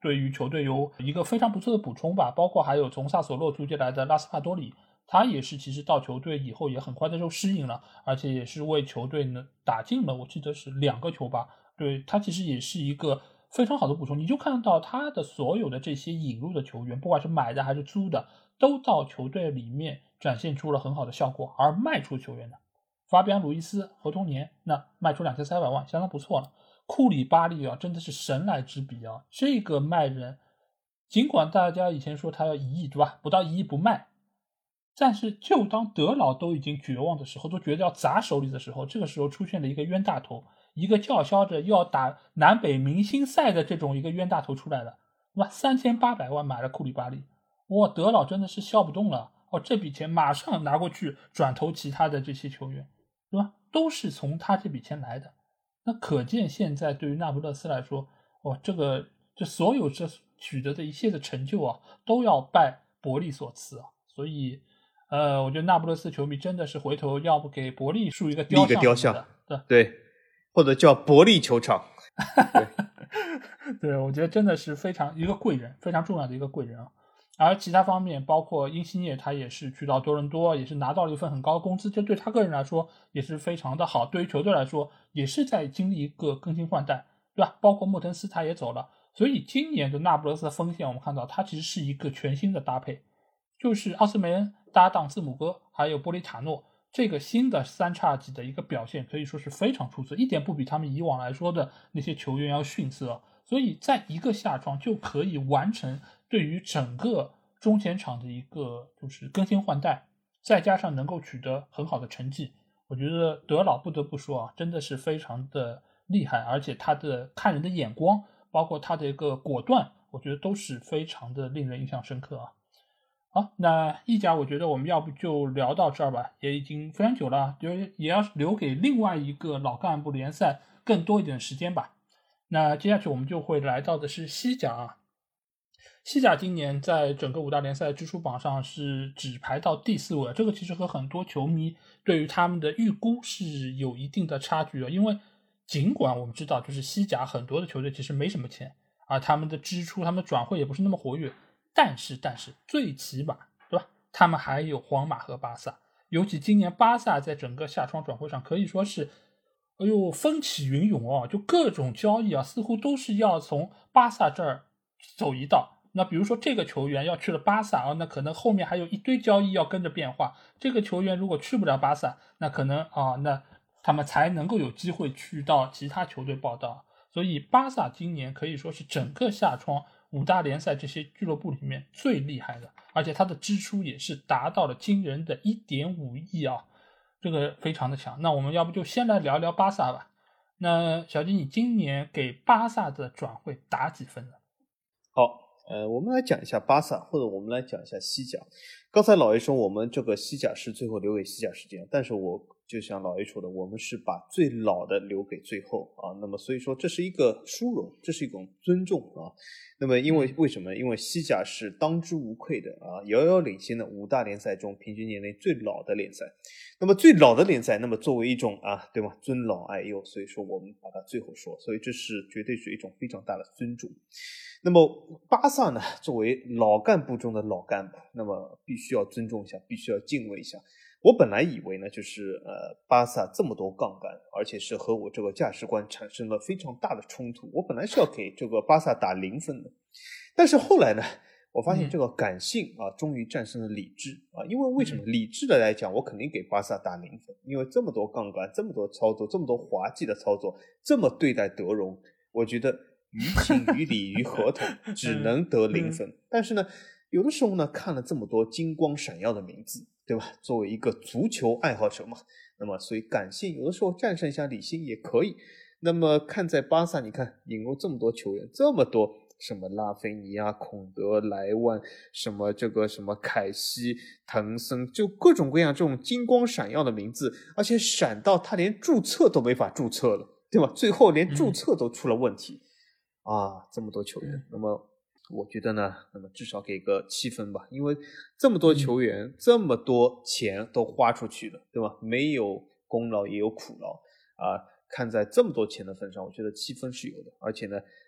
对于球队有一个非常不错的补充吧，包括还有从萨索洛租借来的拉斯帕多里，他也是其实到球队以后也很快的就适应了，而且也是为球队呢打进了我记得是两个球吧，对，他其实也是一个非常好的补充。你就看到他的所有的这些引入的球员，不管是买的还是租的，都到球队里面展现出了很好的效果。而卖出球员呢，法比安·鲁伊斯合同年那卖出两千三百万，相当不错了。库里巴利啊，真的是神来之笔啊！这个卖人，尽管大家以前说他要一亿，对吧？不到一亿不卖，但是就当德老都已经绝望的时候，都觉得要砸手里的时候，这个时候出现了一个冤大头，一个叫嚣着要打南北明星赛的这种一个冤大头出来了，对吧？三千八百万买了库里巴利，哇，德老真的是笑不动了哦！这笔钱马上拿过去转投其他的这些球员，对吧？都是从他这笔钱来的。那可见现在对于那不勒斯来说，哦，这个这所有这取得的一切的成就啊，都要拜伯利所赐啊。所以，呃，我觉得那不勒斯球迷真的是回头要不给伯利竖一个雕像， 立个雕像， 对对，或者叫伯利球场。对， 对，我觉得真的是非常一个贵人，非常重要的一个贵人啊。而其他方面，包括因西涅，他也是去到多伦多，也是拿到了一份很高的工资，这对他个人来说也是非常的好。对于球队来说，也是在经历一个更新换代，对吧？包括莫腾斯他也走了，所以今年的那不勒斯的锋线，我们看到它其实是一个全新的搭配，就是奥斯梅恩搭档字母哥，还有波利塔诺这个新的三叉戟的一个表现，可以说是非常出色，一点不比他们以往来说的那些球员要逊色。所以在一个下窗就可以完成对于整个中前场的一个就是更新换代，再加上能够取得很好的成绩，我觉得德老不得不说啊，真的是非常的厉害，而且他的看人的眼光，包括他的一个果断，我觉得都是非常的令人印象深刻啊。好，那意甲我觉得我们要不就聊到这儿吧，也已经非常久了，就也要留给另外一个老干部联赛更多一点时间吧。那接下去我们就会来到的是西甲啊，西甲今年在整个五大联赛支出榜上是只排到第四位，这个其实和很多球迷对于他们的预估是有一定的差距的，因为尽管我们知道就是西甲很多的球队其实没什么钱，而他们的支出他们的转会也不是那么活跃，但是但是最起码对吧，他们还有皇马和巴萨，尤其今年巴萨在整个夏窗转会上可以说是哎呦，风起云涌哦，就各种交易啊，似乎都是要从巴萨这儿走一道。那比如说这个球员要去了巴萨啊，那可能后面还有一堆交易要跟着变化。这个球员如果去不了巴萨，那可能啊，那他们才能够有机会去到其他球队报道。所以巴萨今年可以说是整个夏窗五大联赛这些俱乐部里面最厉害的，而且它的支出也是达到了惊人的 一点五亿啊。这个非常的强，那我们要不就先来聊聊巴萨吧。那小金，你今年给巴萨的转会打几分呢？ 好，呃，我们来讲一下巴萨，或者我们来讲一下西甲。刚才老 A 说我们这个西甲是最后留给西甲时间，但是我就像老 A 说的，我们是把最老的留给最后啊。那么所以说这是一个殊荣，这是一种尊重啊。那么因为为什么？因为西甲是当之无愧的啊，遥遥领先的五大联赛中平均年龄最老的联赛。那么最老的联赛，那么作为一种啊，对吗？尊老爱幼，所以说我们把它最后说，所以这是绝对是一种非常大的尊重。那么巴萨呢，作为老干部中的老干部，那么必须要尊重一下，必须要敬畏一下。我本来以为呢，就是呃，巴萨这么多杠杆，而且是和我这个价值观产生了非常大的冲突。我本来是要给这个巴萨打零分的，但是后来呢，我发现这个感性啊，终于战胜了理智啊。因为为什么？理智的来讲，我肯定给巴萨打零分，因为这么多杠杆，这么多操作，这么多滑稽的操作，这么对待德容，我觉得于情于理于合同只能得零分。但是呢，有的时候呢，看了这么多金光闪耀的名字，对吧？作为一个足球爱好者嘛，那么所以感性有的时候战胜一下理性也可以。那么看在巴萨，你看引入这么多球员，这么多什么拉菲尼亚、孔德、莱万，什么这个什么凯西、滕森，就各种各样这种金光闪耀的名字，而且闪到他连注册都没法注册了，对吧？最后连注册都出了问题。啊，这么多球员，那么我觉得呢，那么至少给个七分吧，因为这么多球员，嗯、这么多钱都花出去了，对吧？没有功劳也有苦劳啊。看在这么多钱的份上，我觉得七分是有的。而且呢，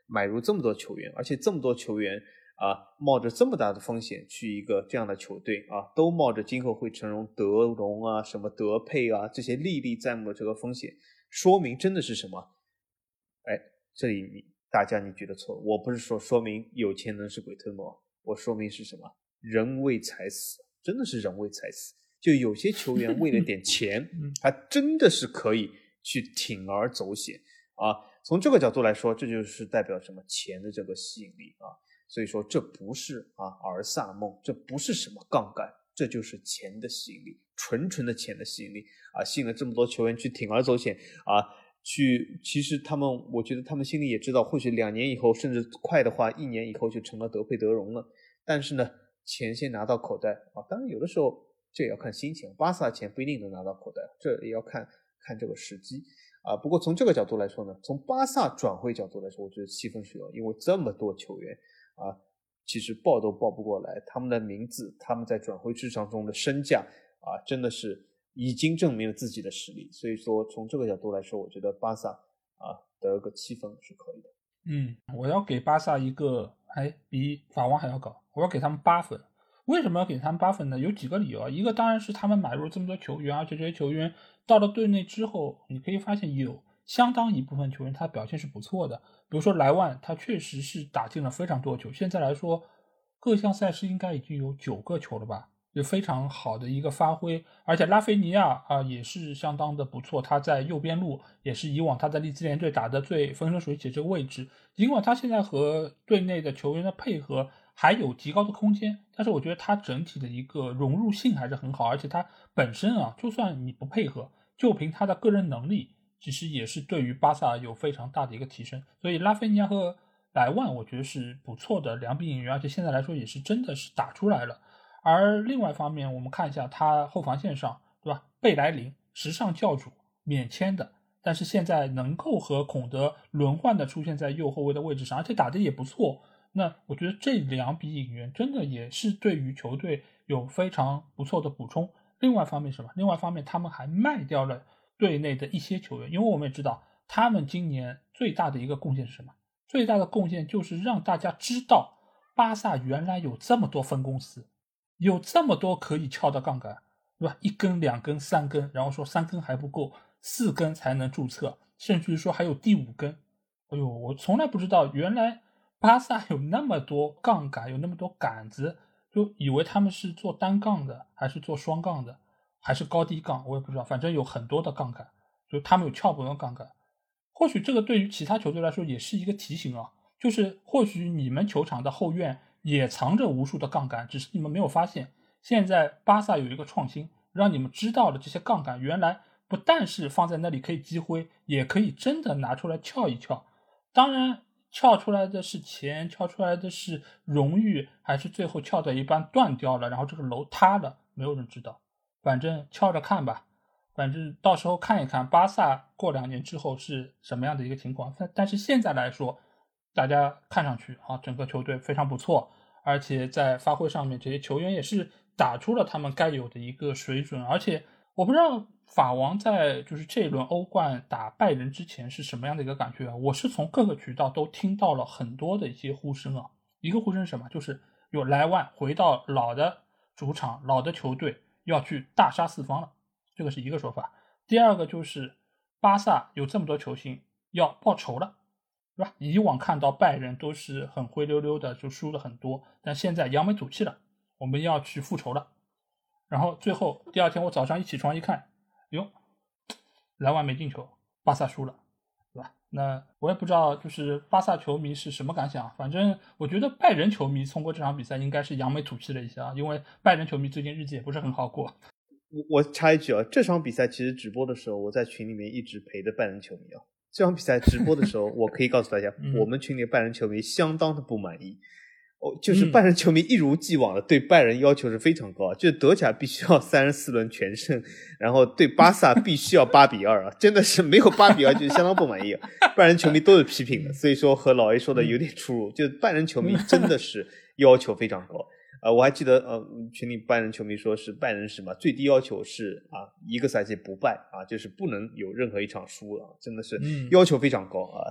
买入这么多球员，而且这么多球员啊，冒着这么大的风险去一个这样的球队啊，都冒着今后会成为德容啊、什么德佩啊这些历历在目的这个风险，说明真的是什么？哎，这里你大家你觉得错，我不是说说明有钱能使鬼推磨，我说明是什么？人为财死，真的是人为财死。就有些球员为了点钱，他真的是可以去铤而走险啊。从这个角度来说，这就是代表什么？钱的这个吸引力啊。所以说这不是啊尔萨梦，这不是什么杠杆，这就是钱的吸引力，纯纯的钱的吸引力啊，吸引了这么多球员去铤而走险啊，去其实他们我觉得他们心里也知道，或许两年以后，甚至快的话一年以后就成了德佩德容了，但是呢钱先拿到口袋啊，当然有的时候这也要看心情，巴萨钱不一定能拿到口袋，这也要看看这个时机啊。不过从这个角度来说呢，从巴萨转会角度来说，我觉得气氛是有，因为这么多球员啊，其实报都报不过来，他们的名字，他们在转会市场中的身价啊，真的是已经证明了自己的实力。所以说从这个角度来说，我觉得巴萨啊得个七分是可以的。 嗯，我要给巴萨一个，哎，比法王还要高，我要给他们八分。为什么要给他们八分呢？有几个理由啊。一个当然是他们买入这么多球员，而且这些球员到了队内之后，你可以发现有相当一部分球员他表现是不错的。比如说莱万，他确实是打进了非常多球，现在来说各项赛事应该已经有九个球了吧，就非常好的一个发挥。而且拉菲尼亚啊、呃、也是相当的不错，他在右边路也是以往他在利兹联队打的最风生水起这个位置。尽管他现在和队内的球员的配合还有极高的空间，但是我觉得他整体的一个融入性还是很好，而且他本身啊，就算你不配合，就凭他的个人能力，其实也是对于巴萨有非常大的一个提升。所以拉菲尼亚和莱万我觉得是不错的两笔引援，而且现在来说也是真的是打出来了。而另外一方面，我们看一下他后防线上，对吧？贝莱林时尚教主免签的，但是现在能够和孔德轮换的出现在右后卫的位置上，而且打得也不错。那我觉得这两笔引援真的也是对于球队有非常不错的补充。另外一方面什么？另外一方面他们还卖掉了队内的一些球员，因为我们也知道他们今年最大的一个贡献是什么？最大的贡献就是让大家知道巴萨原来有这么多分公司，有这么多可以撬的杠杆，对吧？一根、两根、三根，然后说三根还不够，四根才能注册，甚至于说还有第五根。哎呦，我从来不知道原来巴萨有那么多杠杆，有那么多杆子，就以为他们是做单杠的，还是做双杠的，还是高低杠，我也不知道，反正有很多的杠杆，就他们有撬不动的杠杆。或许这个对于其他球队来说也是一个提醒啊，就是或许你们球场的后院也藏着无数的杠杆，只是你们没有发现。现在巴萨有一个创新，让你们知道了这些杠杆原来不但是放在那里可以积灰，也可以真的拿出来撬一撬。当然撬出来的是钱，撬出来的是荣誉，还是最后撬到一半断掉了，然后这个楼塌了，没有人知道。反正撬着看吧，反正到时候看一看巴萨过两年之后是什么样的一个情况。但是现在来说，大家看上去啊，整个球队非常不错，而且在发挥上面，这些球员也是打出了他们该有的一个水准。而且我不知道法王在就是这一轮欧冠打拜仁之前是什么样的一个感觉啊？我是从各个渠道都听到了很多的一些呼声啊。一个呼声是什么？就是有莱万回到老的主场、老的球队，要去大杀四方了，这个是一个说法。第二个就是巴萨有这么多球星要报仇了，对吧？以往看到拜仁都是很灰溜溜的，就输了很多，但现在扬眉吐气了，我们要去复仇了。然后最后第二天我早上一起床一看，哟，莱万没进球，巴萨输了，对吧？那我也不知道就是巴萨球迷是什么感想，反正我觉得拜仁球迷通过这场比赛应该是扬眉吐气了一下，因为拜仁球迷最近日子也不是很好过。 我我插一句啊，这场比赛其实直播的时候，我在群里面一直陪着拜仁球迷啊。这场比赛直播的时候，我可以告诉大家， 嗯、 我们群里拜仁球迷相当的不满意。哦，就是拜仁球迷一如既往的对拜仁要求是非常高啊，就是德甲必须要三十四轮全胜，然后对巴萨必须要八比二啊，真的是没有八比二就相当不满意啊。拜仁球迷都是批评的，所以说和老 A 说的有点出入，就拜仁球迷真的是要求非常高。呃，我还记得呃，群里拜仁球迷说是拜仁什么最低要求是啊，一个赛季不败啊，就是不能有任何一场输啊，真的是要求非常高啊。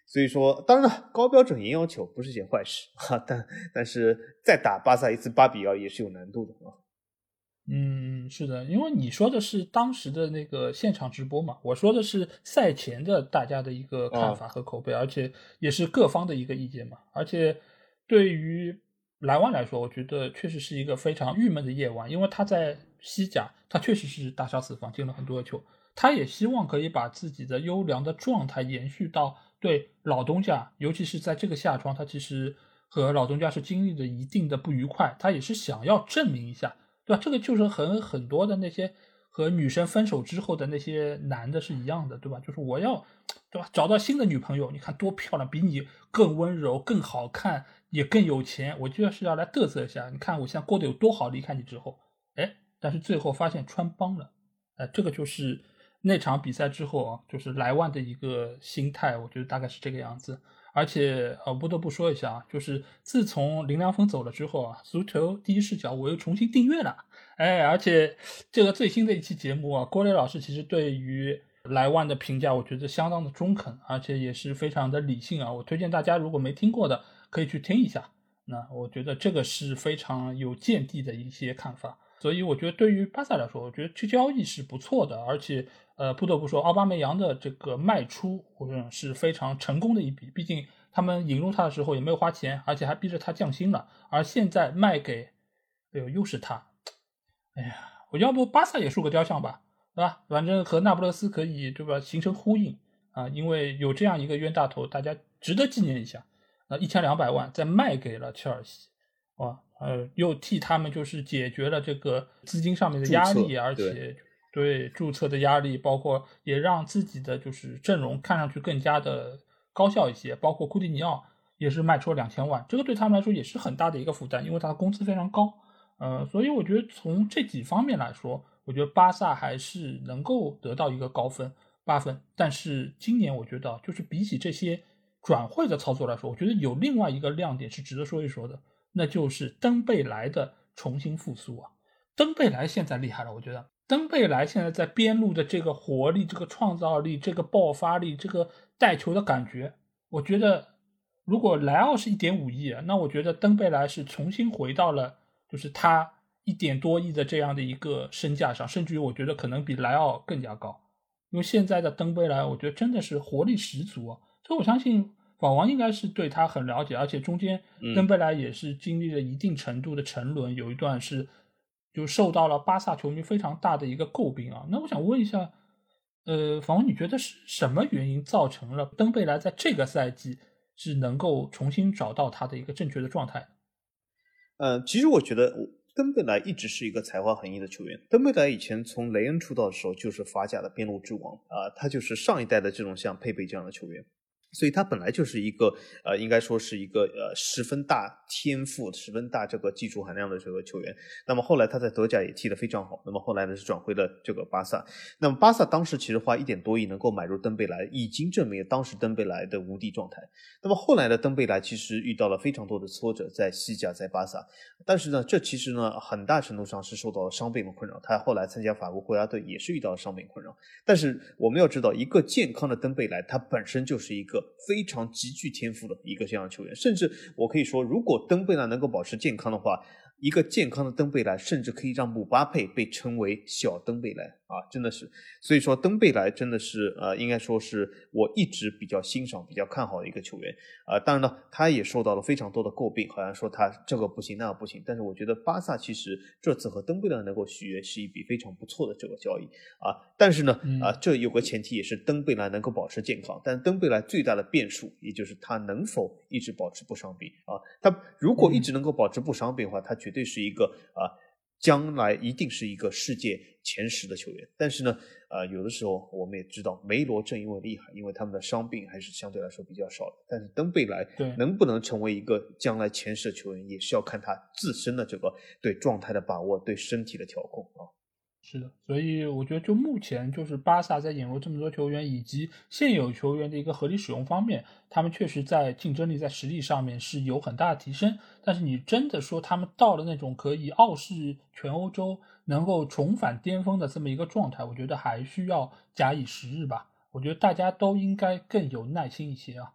所以说，当然了，高标准严要求不是件坏事啊，但但是再打巴萨一次八比二也是有难度的啊。 嗯，是的，因为你说的是当时的那个现场直播嘛，我说的是赛前的大家的一个看法和口碑，而且也是各方的一个意见嘛。而且对于莱万来说，我觉得确实是一个非常郁闷的夜晚，因为他在西甲，他确实是大杀四方，进了很多球，他也希望可以把自己的优良的状态延续到对老东家，尤其是在这个夏窗，他其实和老东家是经历了一定的不愉快，他也是想要证明一下。对吧？这个就是和很多的那些和女生分手之后的那些男的是一样的，对吧？就是我要，对吧？找到新的女朋友，你看多漂亮，比你更温柔、更好看，也更有钱，我就是要来嘚瑟一下。你看我现在过得有多好，离开你之后，哎，但是最后发现穿帮了，哎，这个就是那场比赛之后啊，就是莱万的一个心态，我觉得大概是这个样子。而且呃，不得不说一下啊，就是自从林良锋走了之后啊，足球第一视角我又重新订阅了，哎，而且这个最新的一期节目啊，郭磊老师其实对于莱万的评价，我觉得相当的中肯，而且也是非常的理性啊。我推荐大家如果没听过的，可以去听一下。那我觉得这个是非常有见地的一些看法。所以我觉得对于巴萨来说，我觉得这交易是不错的，而且呃，不得不说奥巴梅扬的这个卖出，我觉得是非常成功的一笔。毕竟他们引入他的时候也没有花钱，而且还逼着他降薪了，而现在卖给，哎呦，又是他，哎呀，我要不巴萨也竖个雕像吧，对吧？反正和那不勒斯可以，对吧？形成呼应啊，因为有这样一个冤大头，大家值得纪念一下。那一千两百万再卖给了切尔西，哇，呃，又替他们就是解决了这个资金上面的压力，而且对注册的压力，包括也让自己的就是阵容看上去更加的高效一些。包括库蒂尼奥也是卖出了两千万，这个对他们来说也是很大的一个负担，因为他的工资非常高。呃，所以我觉得从这几方面来说，我觉得巴萨还是能够得到一个高分八分。但是今年我觉得就是比起这些转会的操作来说，我觉得有另外一个亮点是值得说一说的，那就是登贝莱的重新复苏啊。登贝莱现在厉害了，我觉得登贝莱现在在边路的这个活力、这个创造力、这个爆发力、这个带球的感觉，我觉得如果莱奥是一点五亿，那我觉得登贝莱是重新回到了就是他一点多亿的这样的一个身价上，甚至于我觉得可能比莱奥更加高。因为现在的登贝莱，我觉得真的是活力十足啊。所以我相信法王应该是对他很了解，而且中间登贝莱也是经历了一定程度的沉沦，有一段是就受到了巴萨球迷非常大的一个诟病啊。那我想问一下，呃，法王你觉得是什么原因造成了登贝莱在这个赛季是能够重新找到他的一个正确的状态？ 呃，其实我觉得登贝莱一直是一个才华横溢的球员。登贝莱以前从雷恩出道的时候就是法甲的边路之王啊、呃，他就是上一代的这种像佩佩这样的球员。所以他本来就是一个呃，应该说是一个呃十分大天赋、十分大这个技术含量的这个球员。那么后来他在德甲也踢得非常好。那么后来呢是转回了这个巴萨。那么巴萨当时其实花一点多亿能够买入登贝莱，已经证明了当时登贝莱的无敌状态。那么后来的登贝莱其实遇到了非常多的挫折，在西甲、在巴萨。但是呢，这其实呢很大程度上是受到了伤病的困扰。他后来参加法国国家队也是遇到了伤病困扰。但是我们要知道，一个健康的登贝莱，他本身就是一个非常极具天赋的一个这样的球员。甚至我可以说，如果登贝莱能够保持健康的话，一个健康的登贝莱甚至可以让姆巴佩被称为小登贝莱啊，真的是。所以说登贝莱真的是呃，应该说是我一直比较欣赏、比较看好的一个球员啊、呃。当然呢，他也受到了非常多的诟病，好像说他这个不行那个不行。但是我觉得巴萨其实这次和登贝莱能够续约是一笔非常不错的这个交易啊。但是呢啊、呃，这有个前提也是登贝莱能够保持健康。但登贝莱最大的变数也就是他能否一直保持不伤病啊。他如果一直能够保持不伤病的话，他绝对是一个啊、呃，将来一定是一个世界前十的球员。但是呢，呃，有的时候我们也知道，梅罗正因为厉害，因为他们的伤病还是相对来说比较少的。但是登贝莱能不能成为一个将来前十的球员，也是要看他自身的这个对状态的把握，对身体的调控啊。 是的，所以我觉得就目前就是巴萨在引入这么多球员以及现有球员的一个合理使用方面，他们确实在竞争力在实力上面是有很大的提升。但是你真的说他们到了那种可以傲视全欧洲，能够重返巅峰的这么一个状态，我觉得还需要假以时日吧。我觉得大家都应该更有耐心一些啊。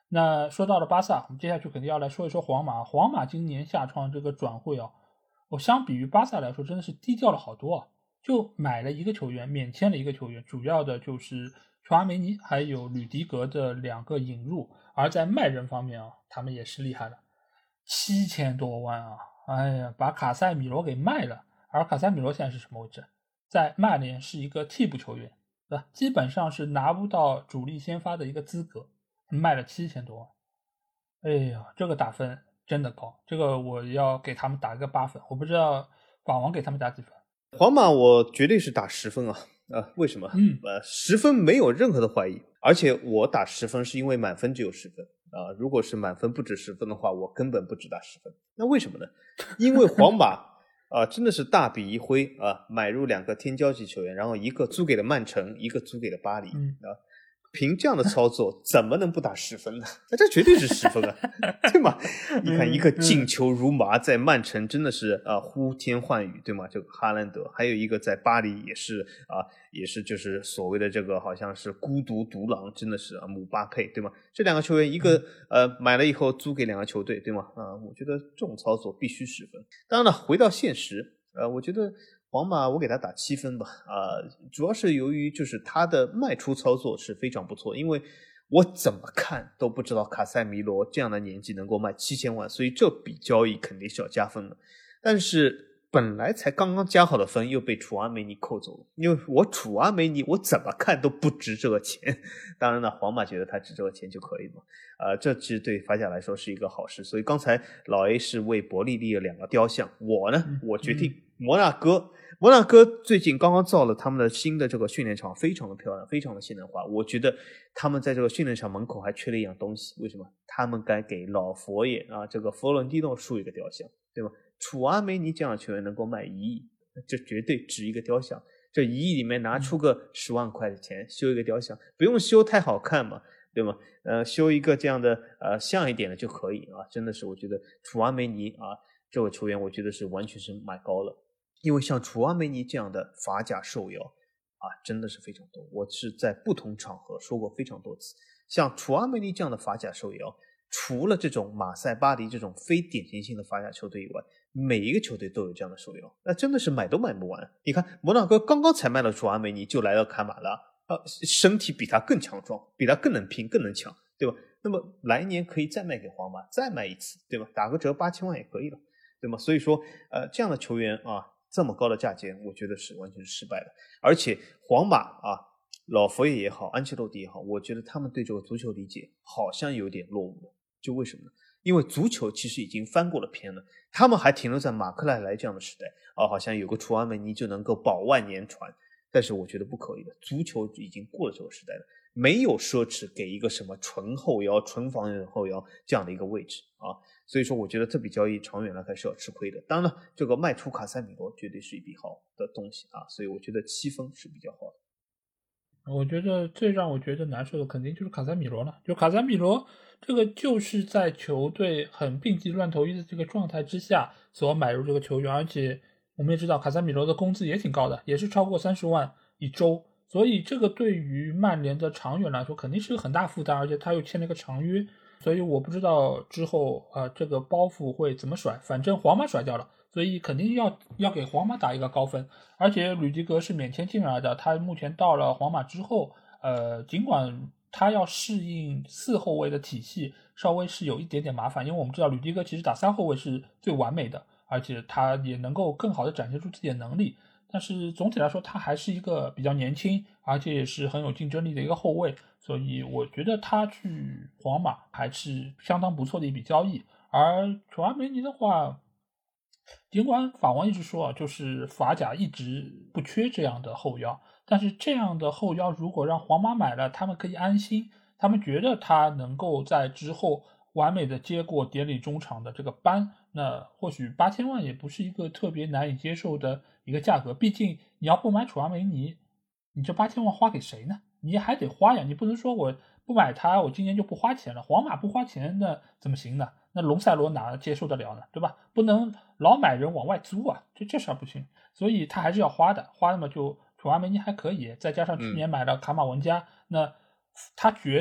那说到了巴萨，我们接下去肯定要来说一说皇马。皇马今年夏窗这个转会啊，我相比于巴萨来说，真的是低调了好多啊。就买了一个球员，免签了一个球员，主要的就是乔阿梅尼还有吕迪格的两个引入。而在卖人方面啊，他们也是厉害了，七千多万啊！哎呀，把卡塞米罗给卖了。而卡塞米罗现在是什么位置？在曼联是一个替补球员，对吧？基本上是拿不到主力先发的一个资格，卖了七千多万。哎呀，这个打分真的高，这个我要给他们打一个八分。我不知道法王给他们打几分。 皇马我绝对是打十分啊！啊，为什么？ 嗯， 呃，十分没有任何的怀疑，而且我打十分是因为满分只有十分啊。如果是满分不止十分的话，我根本不只打十分。那为什么呢？因为皇马啊，真的是大笔一挥啊，买入两个天骄级球员，然后一个租给了曼城，一个租给了巴黎、 嗯、 啊。凭这样的操作，怎么能不打十分呢？那这绝对是十分啊，对吗？你看一个进球如麻，在曼城真的是啊呼天唤雨，对吗？这个哈兰德，还有一个在巴黎也是啊，也是就是所谓的这个好像是孤独独狼，真的是啊姆巴佩，对吗？这两个球员一个呃买了以后租给两个球队，对吗？啊，我觉得这种操作必须十分。当然了，回到现实，呃，我觉得。皇马我给他打七分吧，啊、呃，主要是由于就是他的卖出操作是非常不错，因为我怎么看都不知道卡塞米罗这样的年纪能够卖七千万，所以这笔交易肯定是要加分的。但是本来才刚刚加好的分又被楚阿梅尼扣走了，因为我楚阿梅尼我怎么看都不值这个钱。当然了，皇马觉得他值这个钱就可以嘛，呃，这其实对法甲来说是一个好事。所以刚才老 A 是为伯利立了两个雕像，我呢，我决定摩纳哥。摩纳哥最近刚刚造了他们的新的这个训练场，非常的漂亮，非常的现代化。我觉得他们在这个训练场门口还缺了一样东西，为什么？他们该给老佛爷啊，这个佛伦蒂诺竖一个雕像，对吧？楚阿梅尼这样的球员能够卖一亿，这绝对值一个雕像。这一亿里面拿出个十万块的钱修一个雕像，不用修太好看嘛，对吗？呃，修一个这样的呃像一点的就可以啊。真的是，我觉得楚阿梅尼啊这位球员，我觉得是完全是买高了。因为像楚阿梅尼这样的法甲受邀啊，真的是非常多。我是在不同场合说过非常多次，像楚阿梅尼这样的法甲受邀，除了这种马赛、巴黎这种非典型性的法甲球队以外，每一个球队都有这样的受邀，那真的是买都买不完。你看摩纳哥刚刚才卖了楚阿梅尼，就来到卡马拉，啊，身体比他更强壮，比他更能拼，更能抢，对吧？那么来年可以再卖给皇马，再卖一次，对吧？打个折八千万也可以了，对吗？所以说，呃，这样的球员啊。这么高的价钱，我觉得是完全是失败的。而且皇马啊，老佛爷也好，安切洛蒂也好，我觉得他们对这个足球理解好像有点落伍了。就为什么呢？因为足球其实已经翻过了篇了，他们还停留在马克莱莱这样的时代啊，好像有个楚阿梅尼就能够保万年船。但是我觉得不可以的，足球已经过了这个时代了，没有奢侈给一个什么纯后腰、纯防人后腰这样的一个位置啊。所以说我觉得这笔交易长远来看是要吃亏的。当然了，这个卖出卡塞米罗绝对是一笔好的东西啊，所以我觉得七分是比较好的。 我觉得最让我觉得难受的肯定就是卡塞米罗了。就卡塞米罗这个就是在球队很病急乱投医的这个状态之下所买入这个球员，而且我们也知道卡塞米罗的工资也挺高的，也是超过三十万一周，所以这个对于曼联的长远来说肯定是个很大负担，而且他又签了一个长约。所以我不知道之后啊、呃、这个包袱会怎么甩，反正皇马甩掉了，所以肯定要要给皇马打一个高分。而且吕迪格是免签进来的，他目前到了皇马之后，呃，尽管他要适应四后卫的体系，稍微是有一点点麻烦，因为我们知道吕迪格其实打三后卫是最完美的，而且他也能够更好的展现出自己的能力。但是总体来说，他还是一个比较年轻，而且也是很有竞争力的一个后卫，所以我觉得他去皇马还是相当不错的一笔交易。而楚阿梅尼的话，尽管法王一直说啊，就是法甲一直不缺这样的后腰，但是这样的后腰如果让皇马买了，他们可以安心，他们觉得他能够在之后完美的接过典礼中场的这个班，那或许八千万也不是一个特别难以接受的一个价格。毕竟你要不买楚阿梅尼，你这八千万花给谁呢？你还得花呀，你不能说我不买他，我今年就不花钱了。皇马不花钱，那怎么行呢？那隆塞罗哪接受得了呢？对吧？不能老买人往外租啊，这这事儿不行。所以他还是要花的，花那么就楚阿梅尼还可以，再加上去年买了卡马文加，嗯、那他觉得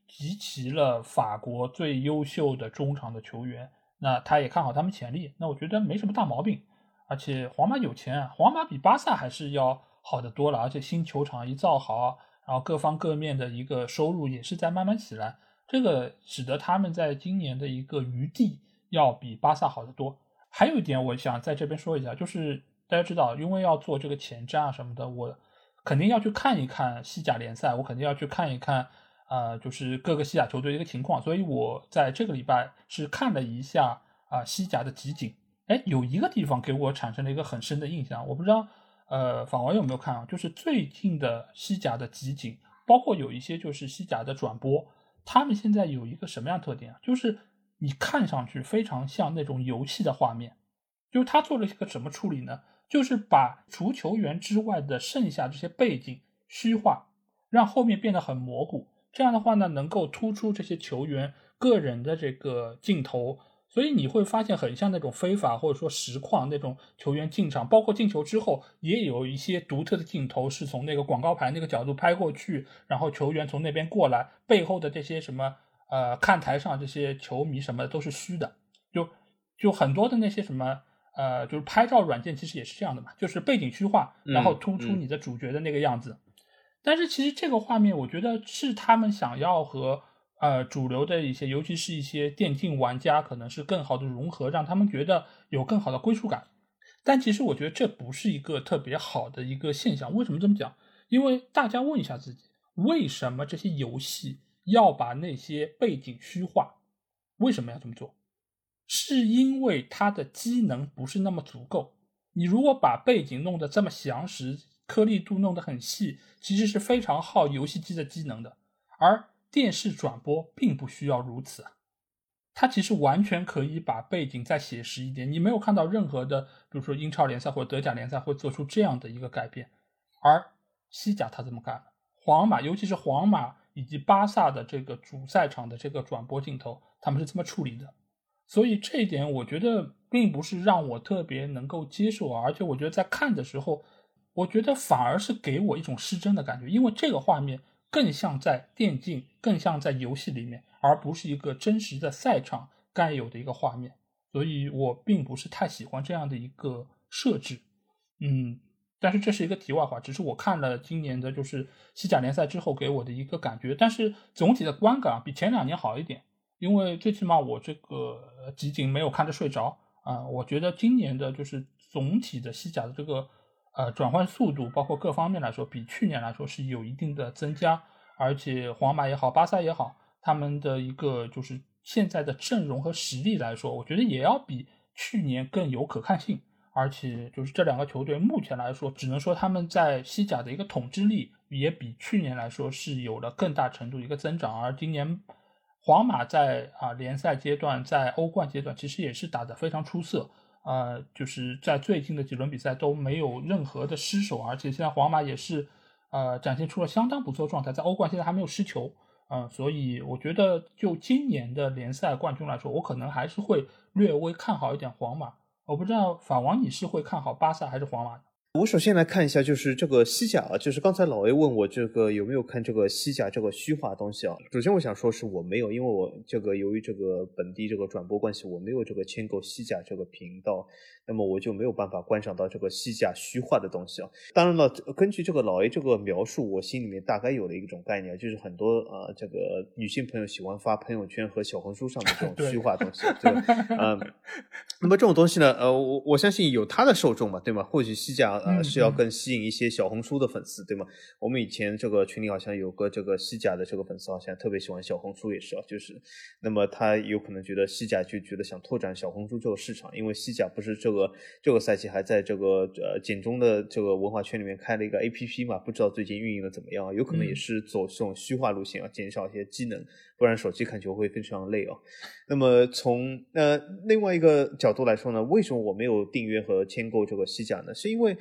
集齐了法国最优秀的中场的球员，那他也看好他们潜力，那我觉得没什么大毛病。而且皇马有钱啊，皇马比巴萨还是要好得多了，而且新球场一造好，然后各方各面的一个收入也是在慢慢起来，这个使得他们在今年的一个余地要比巴萨好得多。还有一点我想在这边说一下，就是大家知道因为要做这个前瞻啊什么的，我肯定要去看一看西甲联赛，我肯定要去看一看呃，就是各个西甲球队的一个情况，所以我在这个礼拜是看了一下啊、呃、西甲的集锦。哎，有一个地方给我产生了一个很深的印象，我不知道呃法王有没有看啊？就是最近的西甲的集锦，包括有一些就是西甲的转播，他们现在有一个什么样的特点啊？就是你看上去非常像那种游戏的画面，就是他做了一个什么处理呢？就是把除球员之外的剩下这些背景虚化，让后面变得很模糊。这样的话呢，能够突出这些球员个人的这个镜头，所以你会发现很像那种非法或者说实况那种球员进场，包括进球之后也有一些独特的镜头是从那个广告牌那个角度拍过去，然后球员从那边过来，背后的这些什么呃看台上这些球迷什么的都是虚的，就就很多的那些什么呃就是拍照软件其实也是这样的嘛，就是背景虚化，然后突出你的主角的那个样子。嗯嗯但是其实这个画面我觉得是他们想要和呃主流的一些尤其是一些电竞玩家可能是更好的融合，让他们觉得有更好的归属感。但其实我觉得这不是一个特别好的一个现象。为什么这么讲？因为大家问一下自己，为什么这些游戏要把那些背景虚化？为什么要这么做？是因为它的机能不是那么足够。你如果把背景弄得这么详实，颗粒度弄得很细，其实是非常耗游戏机的机能的。而电视转播并不需要如此啊，它其实完全可以把背景再写实一点。你没有看到任何的，比如说英超联赛或者德甲联赛会做出这样的一个改变，而西甲它这么干了。皇马，尤其是皇马以及巴萨的这个主赛场的这个转播镜头，他们是这么处理的。所以这一点我觉得并不是让我特别能够接受，而且我觉得在看的时候，我觉得反而是给我一种失真的感觉，因为这个画面更像在电竞，更像在游戏里面，而不是一个真实的赛场该有的一个画面，所以我并不是太喜欢这样的一个设置。嗯，但是这是一个题外话，只是我看了今年的就是西甲联赛之后给我的一个感觉，但是总体的观感比前两年好一点。因为最起码我这个集锦没有看着睡着啊、呃，我觉得今年的就是总体的西甲的这个呃转换速度，包括各方面来说，比去年来说是有一定的增加，而且皇马也好，巴萨也好，他们的一个就是现在的阵容和实力来说，我觉得也要比去年更有可看性。而且就是这两个球队目前来说，只能说他们在西甲的一个统治力也比去年来说是有了更大程度一个增长，而今年皇马在啊联赛阶段，在欧冠阶段其实也是打得非常出色，呃，就是在最近的几轮比赛都没有任何的失手，而且现在皇马也是呃展现出了相当不错的状态，在欧冠现在还没有失球，嗯、呃，所以我觉得就今年的联赛冠军来说，我可能还是会略微看好一点皇马。我不知道法王你是会看好巴萨还是皇马的？ 我首先来看一下，就是这个西甲啊，就是刚才老 A 问我这个有没有看这个西甲这个虚化东西啊。首先我想说是我没有，因为我这个由于这个本地这个转播关系，我没有这个签购西甲这个频道，那么我就没有办法观赏到这个西甲虚化的东西啊。当然了，根据这个老 A 这个描述，我心里面大概有了一种概念，就是很多啊、呃、这个女性朋友喜欢发朋友圈和小红书上的这种虚化东西，对吧？嗯、呃，那么这种东西呢，呃，我我相信有它的受众嘛，对吗？或许西甲呃是要更吸引一些小红书的粉丝，对吗？我们以前这个群里好像有个这个西甲的这个粉丝，好像特别喜欢小红书也是啊，就是那么他有可能觉得西甲就觉得想拓展小红书这个市场，因为西甲不是这个这个赛季还在这个呃简中的这个文化圈里面开了一个 A P P 嘛，不知道最近运营的怎么样，有可能也是走这种虚化路线啊，减少一些机能，不然手机看球会非常累哦。那么从呃另外一个角度来说呢，为什么我没有订阅和签购这个西甲呢？是因为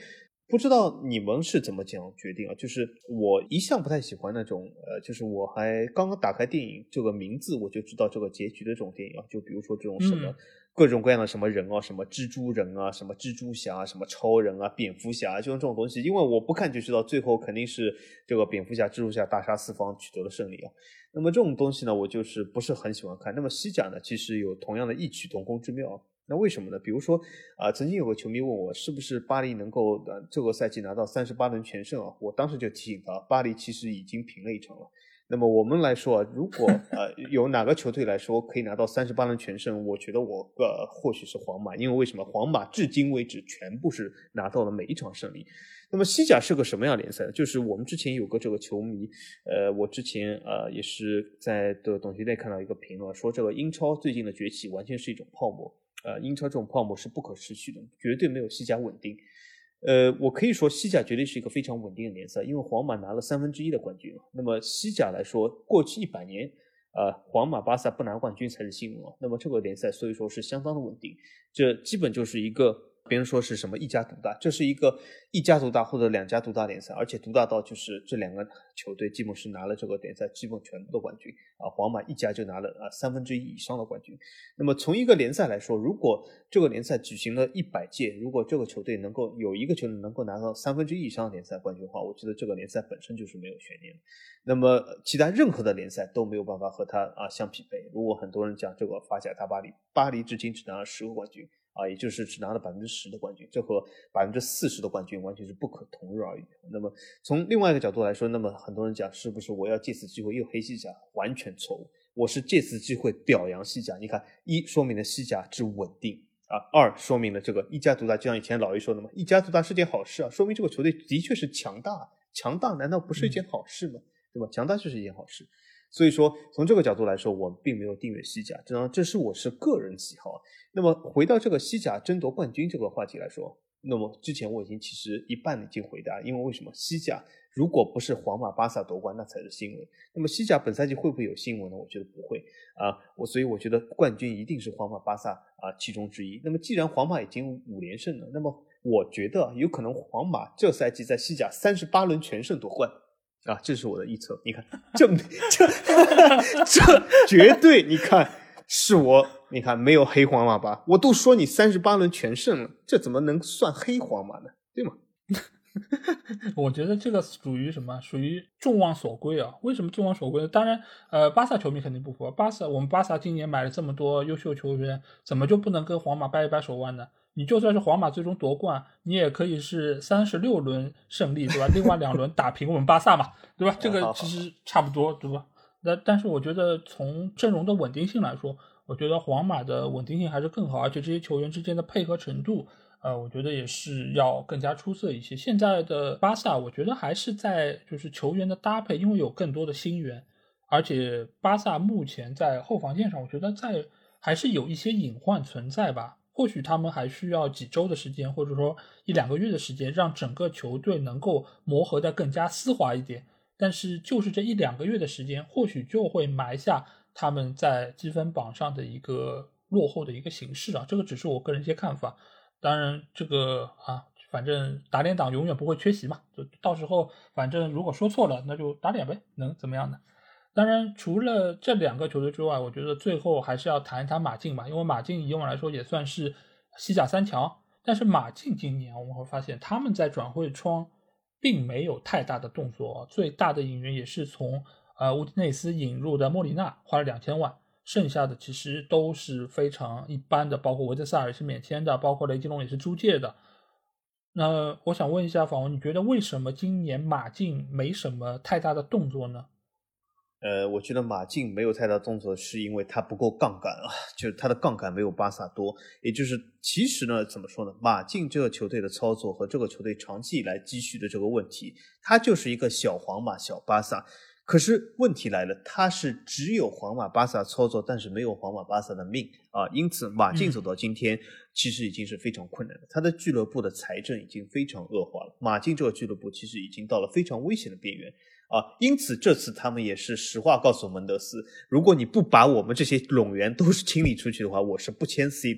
不知道你们是怎么讲决定啊？就是我一向不太喜欢那种呃，就是我还刚刚打开电影这个名字我就知道这个结局的这种电影啊，就比如说这种什么、嗯、各种各样的什么人啊，什么蜘蛛人啊，什么蜘蛛侠，什么超人啊，蝙蝠侠，就这种东西，因为我不看就知道最后肯定是这个蝙蝠侠、蜘蛛侠大杀四方取得了胜利啊。那么这种东西呢，我就是不是很喜欢看。那么西甲呢，其实有同样的异曲同工之妙。那为什么呢？比如说啊、呃，曾经有个球迷问我，是不是巴黎能够呃这个赛季拿到三十八轮全胜啊？我当时就提醒他，巴黎其实已经平了一场了。那么我们来说啊，如果呃有哪个球队来说可以拿到三十八轮全胜，我觉得我呃或许是皇马，因为为什么？皇马至今为止全部是拿到了每一场胜利。那么西甲是个什么样的联赛呢？就是我们之前有个这个球迷，呃，我之前呃也是在的短剧内看到一个评论，说这个英超最近的崛起完全是一种泡沫。呃，英超这种泡沫是不可持续的，绝对没有西甲稳定。呃，我可以说西甲绝对是一个非常稳定的联赛，因为皇马拿了三分之一的冠军。那么西甲来说，过去一百年，呃，皇马、巴萨不拿冠军才是新闻啊。那么这个联赛所以说是相当的稳定，这基本就是一个别人说是什么一家独大，这是一个一家独大或者两家独大联赛，而且独大到就是这两个球队基本是拿了这个联赛基本全部的冠军啊，皇马一家就拿了啊三分之一以上的冠军。那么从一个联赛来说，如果这个联赛举行了一百届，如果这个球队能够有一个球队能够拿到三分之一以上的联赛冠军的话，我觉得这个联赛本身就是没有悬念的。那么其他任何的联赛都没有办法和它啊相匹配。如果很多人讲这个法甲大巴黎，巴黎至今只拿了十个冠军。啊，也就是只拿了百分之十的冠军，这和百分之四十的冠军完全是不可同日而语。那么从另外一个角度来说，那么很多人讲是不是我要借此机会又黑西甲？完全错误。我是借此机会表扬西甲。你看，一说明了西甲之稳定啊，二说明了这个一家独大，就像以前老一说的嘛，一家独大是件好事啊，说明这个球队的确是强大。强大难道不是一件好事吗？对吧？强大就是一件好事。所以说从这个角度来说，我并没有订阅西甲，这这是我是个人喜好。那么回到这个西甲争夺冠军这个话题来说，那么之前我已经其实一半已经回答，因为为什么西甲如果不是皇马巴萨夺冠那才是新闻。那么西甲本赛季会不会有新闻呢？我觉得不会啊，我所以我觉得冠军一定是皇马巴萨啊其中之一。那么既然皇马已经五连胜了，那么我觉得有可能皇马这赛季在西甲三十八轮全胜夺冠啊，这是我的预测。你看这这这绝对你看是我你看没有黑皇马吧，我都说你三十八轮全胜了，这怎么能算黑皇马呢？对吗？ 我觉得这个属于什么？属于众望所归啊！为什么众望所归呢？当然，呃，巴萨球迷肯定不服。巴萨，我们巴萨今年买了这么多优秀球员，怎么就不能跟皇马掰一掰手腕呢？你就算是皇马最终夺冠，你也可以是三十六轮胜利，对吧？另外两轮打平我们巴萨嘛，对吧？这个其实差不多，对吧？那但是我觉得从阵容的稳定性来说，我觉得皇马的稳定性还是更好，而且这些球员之间的配合程度。呃，我觉得也是要更加出色一些。现在的巴萨，我觉得还是在就是球员的搭配，因为有更多的新援，而且巴萨目前在后防线上，我觉得在还是有一些隐患存在吧。或许他们还需要几周的时间，或者说一两个月的时间，让整个球队能够磨合得更加丝滑一点。但是就是这一两个月的时间，或许就会埋下他们在积分榜上的一个落后的一个形势啊。这个只是我个人一些看法。当然这个啊，反正打脸党永远不会缺席嘛，就到时候反正如果说错了那就打脸呗，能怎么样呢？当然除了这两个球队之外，我觉得最后还是要谈一谈马竞吧，因为马竞以往来说也算是西甲三强，但是马竞今年我们会发现他们在转会窗并没有太大的动作，最大的引援也是从呃乌迪内斯引入的莫里纳，花了两千万，剩下的其实都是非常一般的，包括维特萨尔是免签的，包括雷吉隆也是租借的。那我想问一下访问，你觉得为什么今年马竞没什么太大的动作呢？ 呃，我觉得马竞没有太大动作，是因为他不够杠杆啊，就是他的杠杆没有巴萨多。也就是其实呢，怎么说呢？马竞这个球队的操作和这个球队长期以来积蓄的这个问题，它就是一个小皇马、小巴萨。可是问题来了，他是只有皇马巴萨操作，但是没有皇马巴萨的命啊，因此马竞走到今天、嗯、其实已经是非常困难的，他的俱乐部的财政已经非常恶化了，马竞这个俱乐部其实已经到了非常危险的边缘啊，因此这次他们也是实话告诉门德斯，如果你不把我们这些冗员都是清理出去的话，我是不签 C 罗的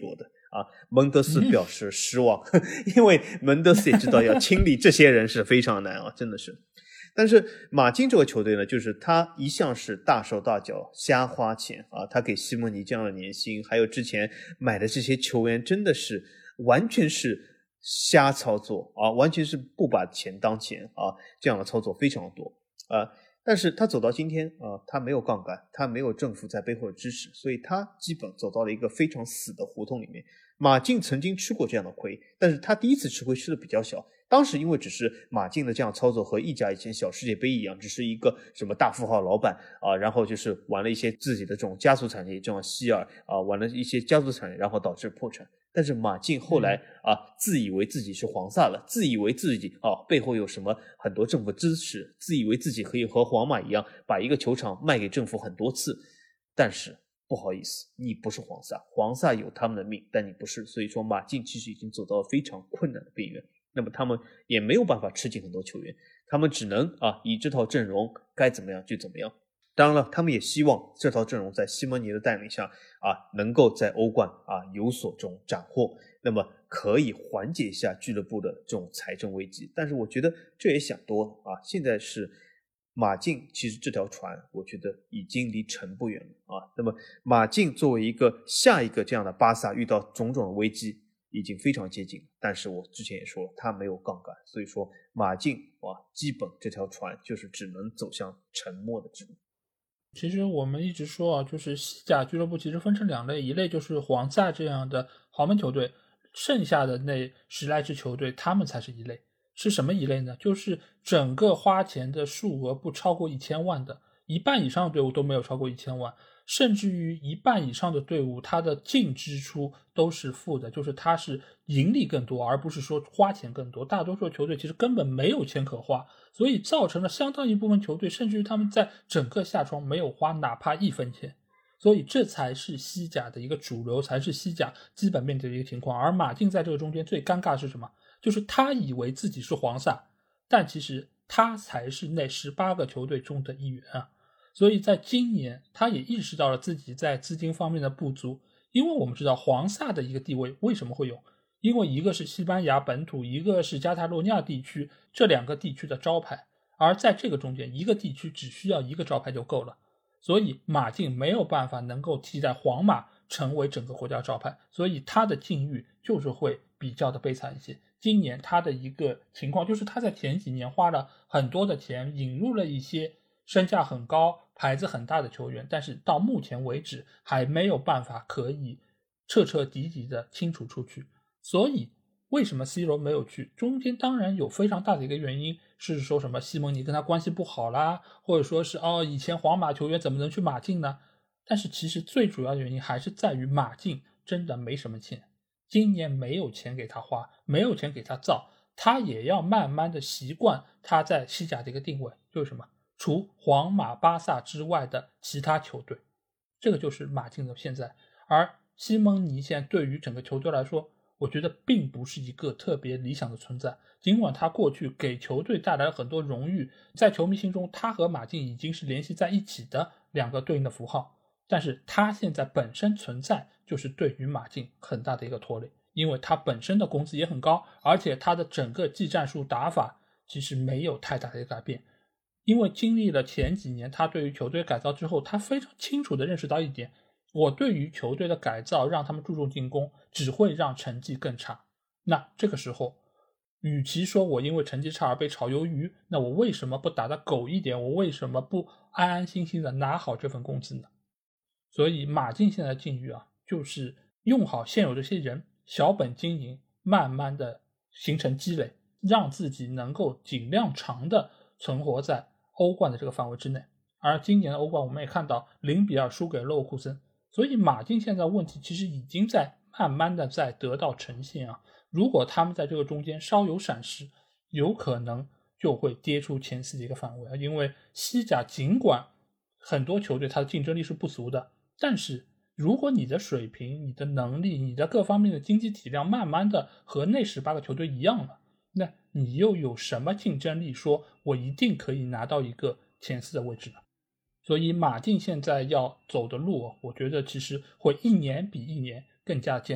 啊，门德斯表示失望，嗯、因为门德斯也知道要清理这些人是非常难啊，真的是。但是马竞这个球队呢，就是他一向是大手大脚瞎花钱啊，他给西蒙尼这样的年薪，还有之前买的这些球员，真的是完全是瞎操作啊，完全是不把钱当钱啊，这样的操作非常多啊。但是他走到今天啊，他没有杠杆，他没有政府在背后的支持，所以他基本走到了一个非常死的胡同里面。马竞曾经吃过这样的亏，但是他第一次吃亏吃的比较小，当时因为只是马竞的这样操作和意甲以前小世界杯一样，只是一个什么大富豪老板啊，然后就是玩了一些自己的这种家族产业，这种希尔啊，玩了一些家族产业，然后导致破产。但是马竞后来啊，自以为自己是黄萨了，自以为自己啊背后有什么很多政府支持，自以为自己可以和皇马一样把一个球场卖给政府很多次，但是不好意思，你不是黄萨，黄萨有他们的命，但你不是，所以说马竞其实已经走到了非常困难的边缘。那么他们也没有办法吃进很多球员，他们只能啊以这套阵容该怎么样就怎么样。当然了，他们也希望这套阵容在西蒙尼的带领下啊，能够在欧冠啊有所这种斩获，那么可以缓解一下俱乐部的这种财政危机。但是我觉得这也想多了啊，现在是马竞，其实这条船我觉得已经离沉不远了啊。那么马竞作为一个下一个这样的巴萨，遇到种种的危机已经非常接近，但是我之前也说了，他没有杠杆，所以说马竞啊，基本这条船就是只能走向沉没的之路。 其实我们一直说啊，就是西甲俱乐部其实分成两类，一类就是皇萨这样的豪门球队，剩下的那十来支球队他们才是一类。是什么一类呢？就是整个花钱的数额不超过一千万的，一半以上的队伍都没有超过一千万，甚至于一半以上的队伍它的净支出都是负的，就是它是盈利更多，而不是说花钱更多。大多数球队其实根本没有钱可花，所以造成了相当一部分球队甚至于他们在整个夏窗没有花哪怕一分钱。所以这才是西甲的一个主流，才是西甲基本面的一个情况。而马竞在这个中间最尴尬是什么？就是他以为自己是皇萨，但其实他才是那十八个球队中的一员啊。所以在今年他也意识到了自己在资金方面的不足，因为我们知道皇萨的一个地位为什么会有，因为一个是西班牙本土，一个是加泰罗尼亚地区，这两个地区的招牌，而在这个中间一个地区只需要一个招牌就够了。所以马竞没有办法能够替代皇马成为整个国家招牌，所以他的境遇就是会比较的悲惨一些。今年他的一个情况就是他在前几年花了很多的钱引入了一些身价很高牌子很大的球员，但是到目前为止还没有办法可以彻彻底底的清除出去。所以为什么 C 罗没有去，中间当然有非常大的一个原因是说什么西蒙尼跟他关系不好啦，或者说是哦以前皇马球员怎么能去马竞呢？但是其实最主要的原因还是在于马竞真的没什么钱，今年没有钱给他花，没有钱给他造，他也要慢慢的习惯他在西甲的一个定位，就是什么？除皇马、巴萨之外的其他球队，这个就是马竞的现在。而西蒙尼现在对于整个球队来说，我觉得并不是一个特别理想的存在。尽管他过去给球队带来了很多荣誉，在球迷心中他和马竞已经是联系在一起的两个对应的符号，但是他现在本身存在就是对于马竞很大的一个拖累，因为他本身的工资也很高，而且他的整个技战术打法其实没有太大的改变。因为经历了前几年他对于球队改造之后，他非常清楚地认识到一点，我对于球队的改造让他们注重进攻只会让成绩更差。那这个时候与其说我因为成绩差而被炒鱿鱼，那我为什么不打得狗一点，我为什么不安安心心的拿好这份工资呢？所以马竞现在的境遇啊，就是用好现有这些人，小本经营，慢慢的形成积累，让自己能够尽量长的存活在欧冠的这个范围之内。而今年的欧冠我们也看到零比二输给勒沃库森，所以马竞现在问题其实已经在慢慢的在得到呈现啊。如果他们在这个中间稍有闪失，有可能就会跌出前四的一个范围啊。因为西甲尽管很多球队它的竞争力是不俗的，但是如果你的水平、你的能力、你的各方面的经济体量慢慢的和那十八个球队一样了，那你又有什么竞争力说我一定可以拿到一个前四的位置呢？所以马竞现在要走的路，我觉得其实会一年比一年更加艰难。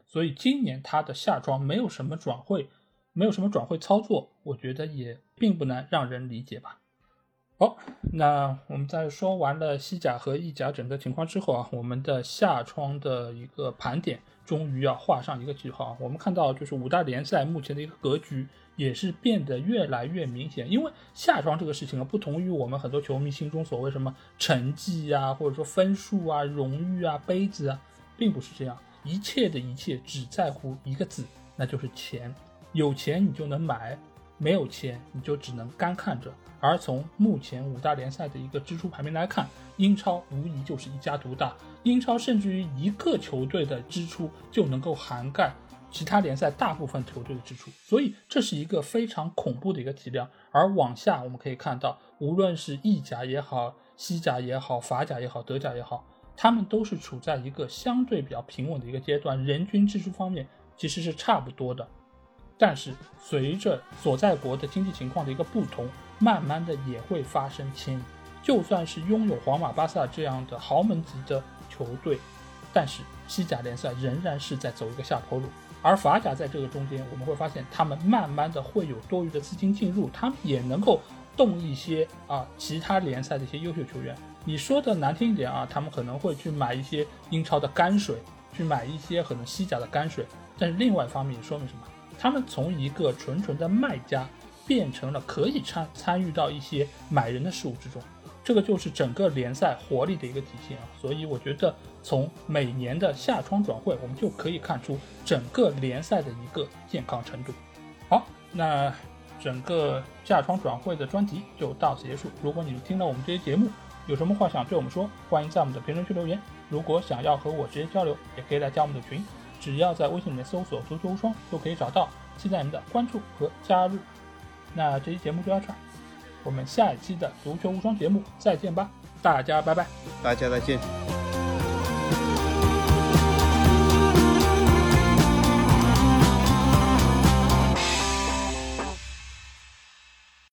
所以今年它的夏窗没有什么转会，没有什么转会操作，我觉得也并不难让人理解吧。好，那我们在说完了西甲和意甲整个情况之后啊，我们的夏窗的一个盘点终于要画上一个句号。我们看到就是五大联赛目前的一个格局也是变得越来越明显，因为夏窗这个事情啊，不同于我们很多球迷心中所谓什么成绩啊，或者说分数啊、荣誉啊、杯子啊，并不是这样，一切的一切只在乎一个字，那就是钱。有钱你就能买，没有钱你就只能干看着。而从目前五大联赛的一个支出排名来看，英超无疑就是一家独大，英超甚至于一个球队的支出就能够涵盖其他联赛大部分球队的支出，所以这是一个非常恐怖的一个体量。而往下我们可以看到，无论是意甲也好、西甲也好、法甲也好、德甲也好，他们都是处在一个相对比较平稳的一个阶段，人均支出方面其实是差不多的。但是随着所在国的经济情况的一个不同，慢慢的也会发生迁移。就算是拥有皇马、巴萨这样的豪门级的球队，但是西甲联赛仍然是在走一个下坡路。而法甲在这个中间，我们会发现他们慢慢的会有多余的资金进入，他们也能够动一些啊其他联赛的一些优秀球员。你说的难听一点啊，他们可能会去买一些英超的泔水，去买一些可能西甲的泔水，但是另外一方面也说明什么？他们从一个纯纯的卖家变成了可以参参与到一些买人的事物之中，这个就是整个联赛活力的一个体现啊。所以我觉得从每年的夏窗转会，我们就可以看出整个联赛的一个健康程度。好，那整个夏窗转会的专题就到此结束。如果你听了我们这些节目，有什么话想对我们说，欢迎在我们的评论区留言。如果想要和我直接交流，也可以来加我们的群，只要在微信里面搜索足球无双就可以找到，期待你们的关注和加入。那这期节目就到这儿，我们下一期的足球无双节目再见吧，大家拜拜， 大家再见。